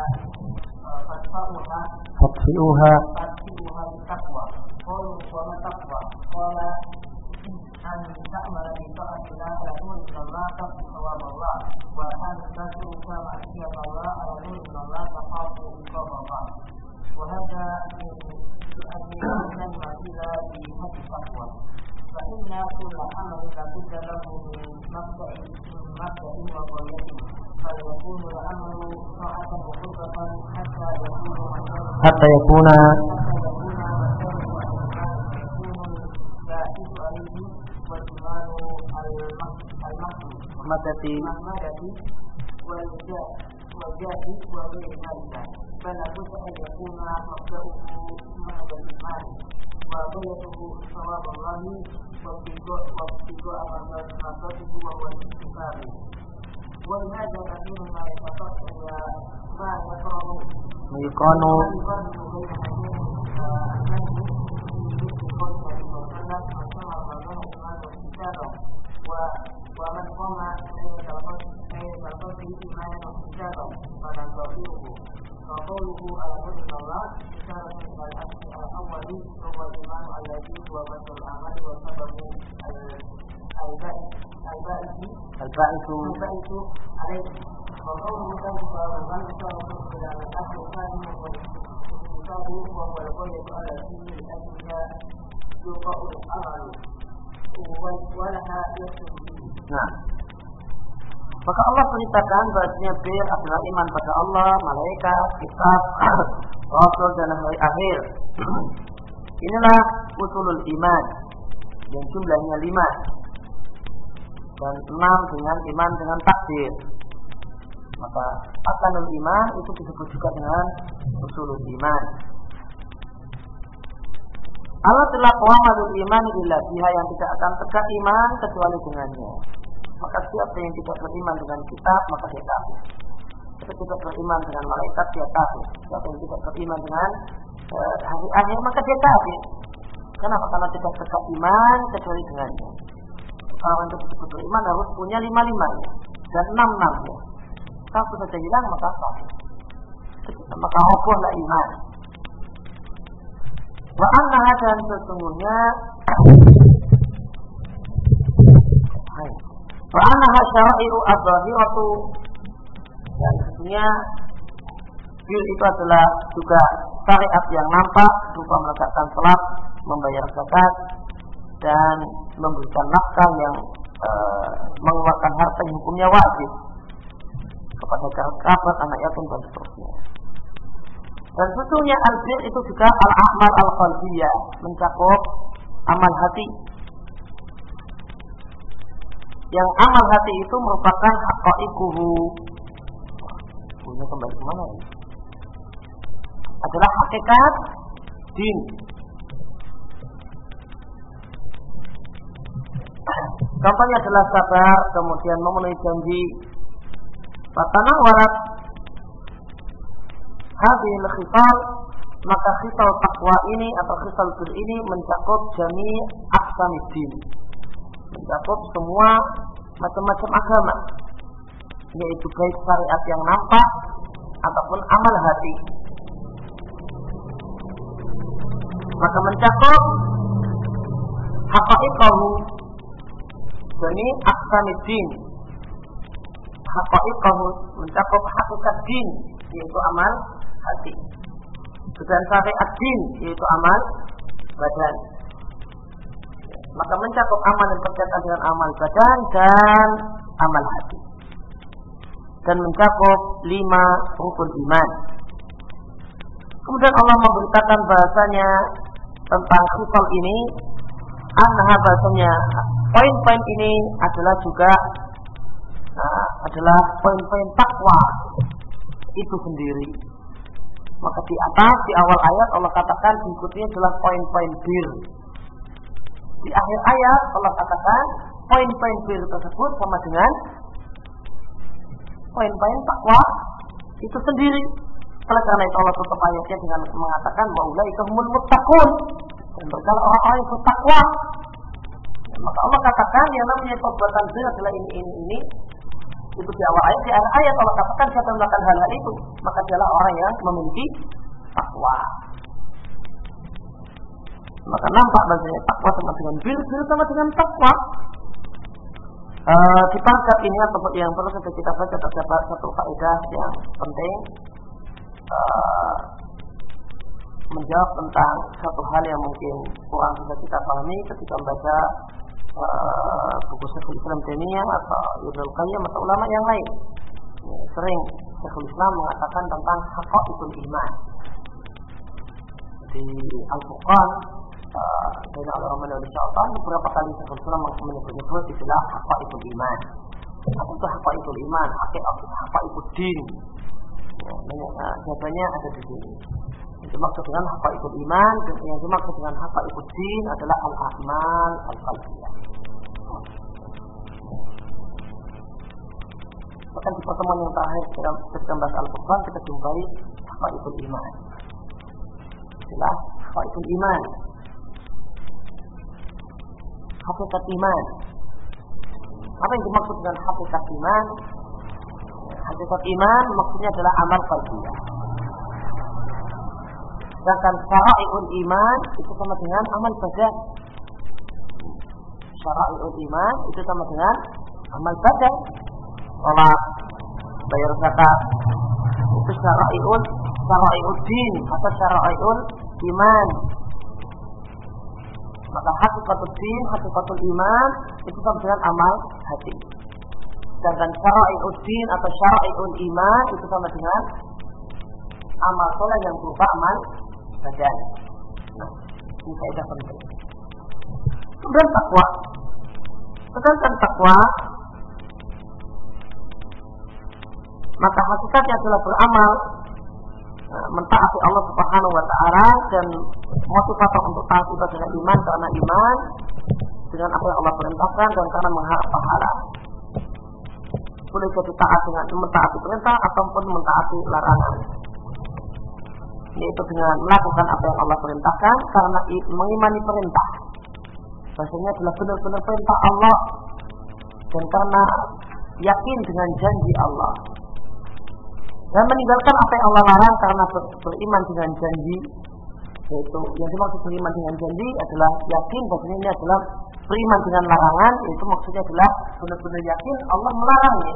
فاطفئوها بالتقوى قالوا وما التقوى قال أن تعمل بطاعة الله على نور من الله ترجو ثواب الله وأن تترك معصية الله على نور من الله تخاف عقاب الله وهذا من كلمة إلى بحق التقوى فإن كل عمل لابد له من مبدأ وغاية فيكون العمل طاعة وقربة حتى يكون المهدي والجاه وغير ذلك فلا بد أن يكون مبدأه محض الإيمان وغايته ثواب الله وابتغاء مرضاته وهو الاستغفار ولهذا كثير ما يتفقد ما يقال ومن قام به إيمانا واحتسابا فلا تضيره وقوله على نور الله إشارة إلى الأصل الأول وهو الإيمان الذي هو بدء الأعمال وسبب البائس عليه وقوله ذلك والغنى إشارة إلى الأصل الثاني وهو الغاية التي لأجلها يوقع الأمل ولها يكتب به. Nah, maka Allah ceritakan bahasanya bir adalah iman pada Allah, malaikat, kitab, rasul dan hari akhir. Inilah usulul iman yang jumlahnya 5 dan 6 dengan iman dengan takdir. Maka arkanul iman itu disebut juga dengan usulul iman. Allah telah qawamadul iman billah biha yang tidak akan tegak iman kecuali dengannya. Maka siapa yang tidak beriman dengan kitab maka dia kafir. Siapa tidak beriman dengan malaikat dia kafir. Siapa yang tidak beriman dengan hari akhir maka dia kafir. Kenapa? Karena tidak tegak iman kecuali dengannya. Kalau untuk disebut beriman harus punya 5-5 dan 6-6 ya. Satu saja hilang maka kafir. Maka robohlah iman. Wa annaha dan sesungguhnya wa annaha syara'i'u adh-dhahiratu dan sesungguhnya bir itu adalah juga syariat yang nampak berupa menegakkan salat, membayar zakat dan memberikan nafkah yang mengeluarkan harta yang hukumnya wajib kepada kerabat, anak yatim dan seterusnya. Dan sesungguhnya al-bir itu juga al-a'mal al-qalbiyah, mencakup amal hati. Yang amal hati itu merupakan haqa'iquhu. Punya kembali kemana ini? Adalah hakikat din. Contohnya adalah sabar, kemudian memenuhi janji. Fatana warat hadhil khisal, maka khisal takwa ini atau khisal bir ini mencakup jami aqsamiddin, mencakup semua macam-macam agama, yaitu baik syariat yang nampak ataupun amal hati. Maka mencakup haqa'iqahu, jami aqsamiddin, haqa'iqahu mencakup hakikat din, yaitu amal hati, dan syariat din, yaitu amal badan. Maka mencakup amal yang berkaitan dengan amal badan dan amal hati, dan mencakup 5 rukun iman. Kemudian Allah memberitakan bahasanya tentang khisal ini, anha bahasanya poin-poin ini adalah juga adalah poin-poin takwa itu sendiri. Maka di atas, di awal ayat Allah katakan berikutnya adalah poin-poin bir. Di akhir ayat Allah katakan poin-poin bir tersebut sama dengan poin-poin takwa itu sendiri. Oleh karena itu Allah tutup ayatnya dengan mengatakan wa ulaika humul muttaqun, dan mereka orang-orang yang bertakwa. Maka Allah katakan yang namanya perbuatan zina adalah ini. Itu di awal ayat, di akhir ayat Allah katakan siapa yang melakukan hal itu, maka dialah orang yang memiliki takwa. Maka nampak bahasanya takwa sama dengan bil sama dengan takwa. Di pangkat ini atau yang perlu kita baca terdapat satu faedah yang penting, menjawab tentang satu hal yang mungkin kurang bisa kita pahami ketika membaca buku Syekhul Islam Taimiyah atau Ibnu Qayyim atau ulama yang lain. Sering Syekhul Islam mengatakan tentang haqaiqul iman. Di Al-Furqan dari al-Rahman al-Syaitan beberapa kali Syekhul Islam menyebut istilah haqaiqul iman. Apa itu haqaiqul iman? Haqaiqul din. Jawabannya ada di sini. Yang dimaksud dengan haqaiqul iman dan yang dimaksud dengan haqaiqul din adalah al-a'mal al-qalbiyah. Bahkan di pertemuan yang terakhir ketika membahas Al-Furqan kita jumpai haqaiqul iman. Istilah haqaiqul iman. Hakikat iman. Apa yang dimaksud dengan hakikat iman? Hakikat iman maksudnya adalah amal qalbiyah. Sedangkan syara'iul iman itu sama dengan amal badan. Syara'iul iman itu sama dengan amal badan. Salat, bayar zakat, itu syara'iul din atau syara'iul iman. Maka hakikatul din, hakikatul iman itu sama dengan amal hati. Sedangkan syara'iul din atau syara'iul iman itu sama dengan amal soleh yang berupa amal badan. Nah, ini faedah penting. Kemudian takwa. Sedangkan takwa, maka hakikatnya adalah beramal mentaati Allah Subhanahu wa taala, dan motivator untuk taat itu adalah iman, karena iman dengan apa yang Allah perintahkan dan karena mengharap pahala. Boleh jadi taat dengan mentaati perintah ataupun mentaati larangan, yaitu dengan melakukan apa yang Allah perintahkan karena mengimani perintah. Bahasanya adalah benar-benar perintah Allah, dan karena yakin dengan janji Allah, dan meninggalkan apa yang Allah larang karena beriman dengan janji. Yaitu yang dimaksud beriman dengan janji adalah yakin bahwa ini adalah beriman dengan larangan, yaitu maksudnya adalah benar-benar yakin Allah melarangnya.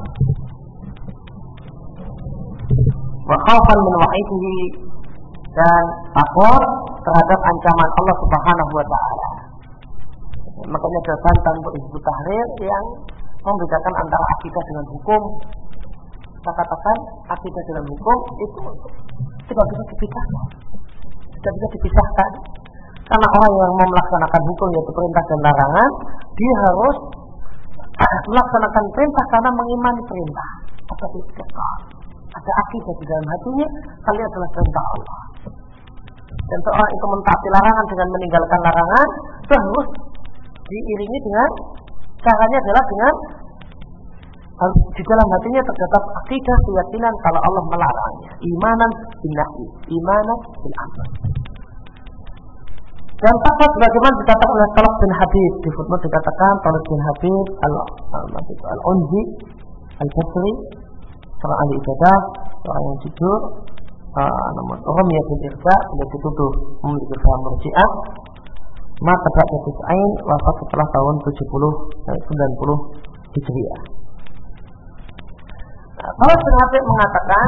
Wa khaufan min wa'idihi, dan takut terhadap ancaman Allah Subhanahu wa taala. Makanya ada tentang Hizbut Tahrir yang membedakan antara akidah dengan hukum. Saya katakan akidah dengan hukum itu tidak bisa dipisahkan. Tidak bisa dipisahkan. Karena orang yang mau melaksanakan hukum, yaitu perintah dan larangan, dia harus melaksanakan perintah karena mengimani perintah. Ada akidah di dalam hatinya, kalian adalah perintah Allah. Dan seorang itu mentaati larangan dengan meninggalkan larangan, itu harus diiringi dengan caranya adalah dengan di dalam hatinya terdapat akidah keyakinan kalau Allah melarangnya, imanan bin nahi, imanan bil amr. Dan takwa sebagaimana dikatakan oleh Talib bin Habib, di footnote dikatakan Talib bin Habib al-Unzi al-Basri, seorang ahli ibadah, seorang yang jujur, namun orang yang berbeda, tidak dituduh memiliki paham Murji'ah, maka pada Tis'ain wafat setelah tahun 90 Hijriah. Talib bin Habib mengatakan,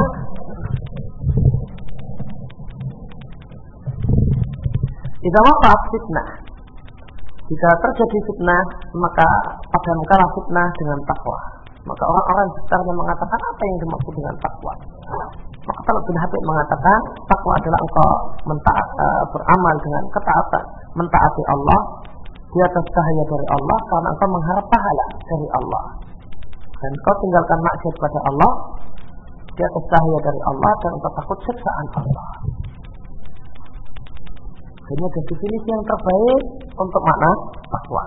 jika wafat fitnah, jika terjadi fitnah, maka padamkanlah fitnah dengan takwa. Maka orang-orang sekitarnya mengatakan, apa yang dimaksud dengan takwa? Maka Talib bin Habib mengatakan, takwa adalah engkau beramal dengan ketaatan, mentaati Allah di atas cahaya dari Allah karena engkau mengharap pahala dari Allah, dan engkau tinggalkan maksiat pada Allah di atas cahaya dari Allah dan engkau takut siksaan Allah. Ini ada definisi yang terbaik untuk makna takwa.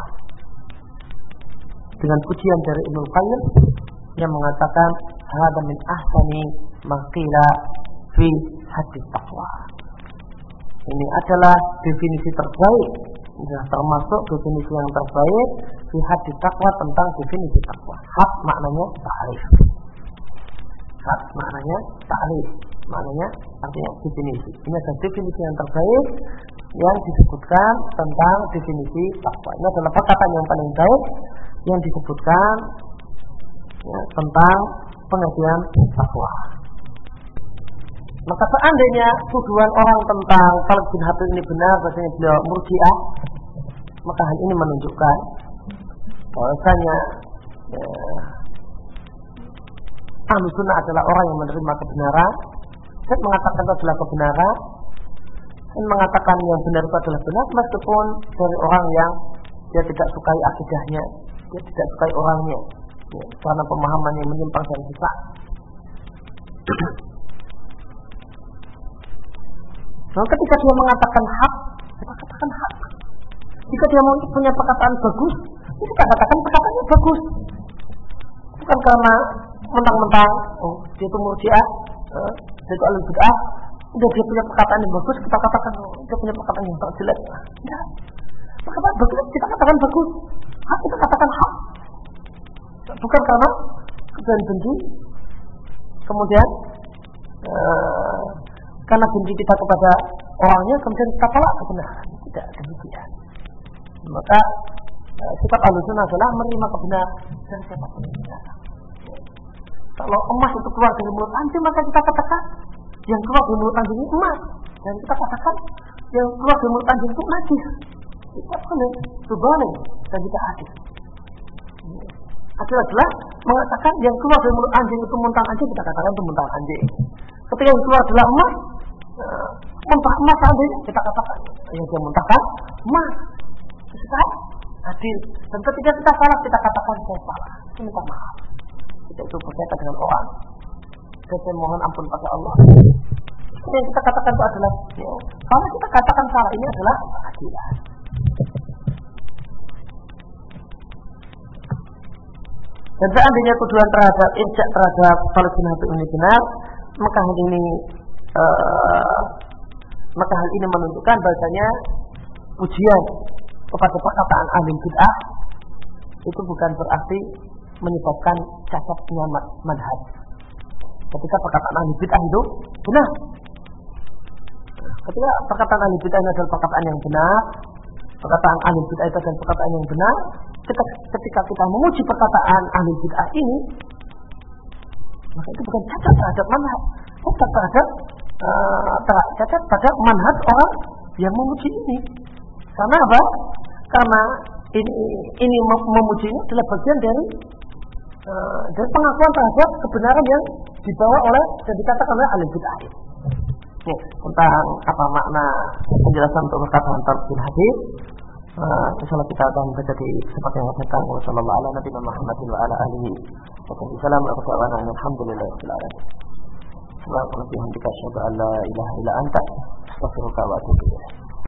Dengan pujian dari Ibnu Qayyim yang mengatakan hada min ahsani ma qila fi hadis takwa. Ini adalah definisi terbaik, termasuk definisi yang terbaik di hadis takwa tentang definisi takwa. Had maknanya ta'rif. Had maknanya ta'rif, maknanya artinya definisi. Ini adalah definisi yang terbaik yang disebutkan tentang definisi takwa. Ini adalah perkataan yang paling baik yang disebutkan ya, tentang pengertian takwa. Maka seandainya tuduhan orang tentang Talib bin Habib ini benar, bahasanya beliau murji'ah, maka hal ini menunjukkan bahwasanya Ahlus Sunnah adalah orang yang menerima kebenaran dan mengatakan itu adalah kebenaran dan mengatakan yang benar itu adalah benar, meskipun dari orang yang dia tidak sukai akidahnya, dia tidak sukai orangnya, ya, karena pemahaman yang menyimpang dan sesat. Nah, ketika dia mengatakan hak, kita katakan hak. Jika dia mau punya perkataan bagus, kita katakan perkataannya bagus. Bukan karena mentang-mentang dia itu murji'ah, dia itu ahli bid'ah, udah dia punya perkataan yang bagus, kita katakan dia punya perkataan yang jelek. Ya. Perkataan bagus kita katakan bagus, hak kita katakan hak. Bukan karena kebencian benci, kemudian karena benci kita kepada orangnya kemudian kita tolak kebenaran. Tidak demikian. Maka sikap Ahlus Sunnah adalah menerima kebenaran dan siapapun yang benar. Kalau emas itu keluar dari mulut anjing, maka kita katakan yang keluar dari mulut anjing itu emas, dan kita katakan yang keluar dari mulut anjing itu najis. Kita boleh, itu boleh, dan kita adil. Adil adalah mengatakan yang keluar dari mulut anjing itu muntah anjing, kita katakan itu muntah anjing. Ketika yang keluar adalah emas, muntah emas seandainya kita katakan yang dia muntahkan emas. Kita adil. Dan ketika kita salah kita katakan saya salah, kita minta maaf. Kita itu berkaitan dengan orang. Saya mohon ampun pada Allah. Yang kita katakan itu adalah ya, kalau kita katakan salah ini adalah keadilan. Dan seandainya tuduhan terhadap irja terhadap Talib bin Habib ini benar, maka hal ini menunjukkan bahasanya ujian kepada perkataan ahli bid'ah itu bukan berarti menyebabkan cacatnya madhab. Ketika perkataan ahli bid'ah itu benar, ketika perkataan ahli bid'ah itu adalah perkataan yang benar, perkataan ahli bid'ah itu adalah perkataan yang benar, ketika kita memuji perkataan ahli bid'ah ini, maka itu bukan cacat terhadap manhaj, cacat terhadap manhaj orang yang memuji ini. Karena apa? Karena ini memuji ini adalah bagian dari pengakuan terhadap kebenaran yang dibawa oleh dan dikatakan oleh ahli bid'ah. Tentang apa makna penjelasan untuk perkataan Talib bin Habib, insyaallah kita akan baca di kesempatan yang akan datang. Wassallallahu ala nabiyina Muhammadin wa ala alihi wa sahbihi. Alhamdulillahirabbil alamin. Subhanallah wa bihamdika asyhadu an la ilaha illa anta astaghfiruka wa atubu ilaik.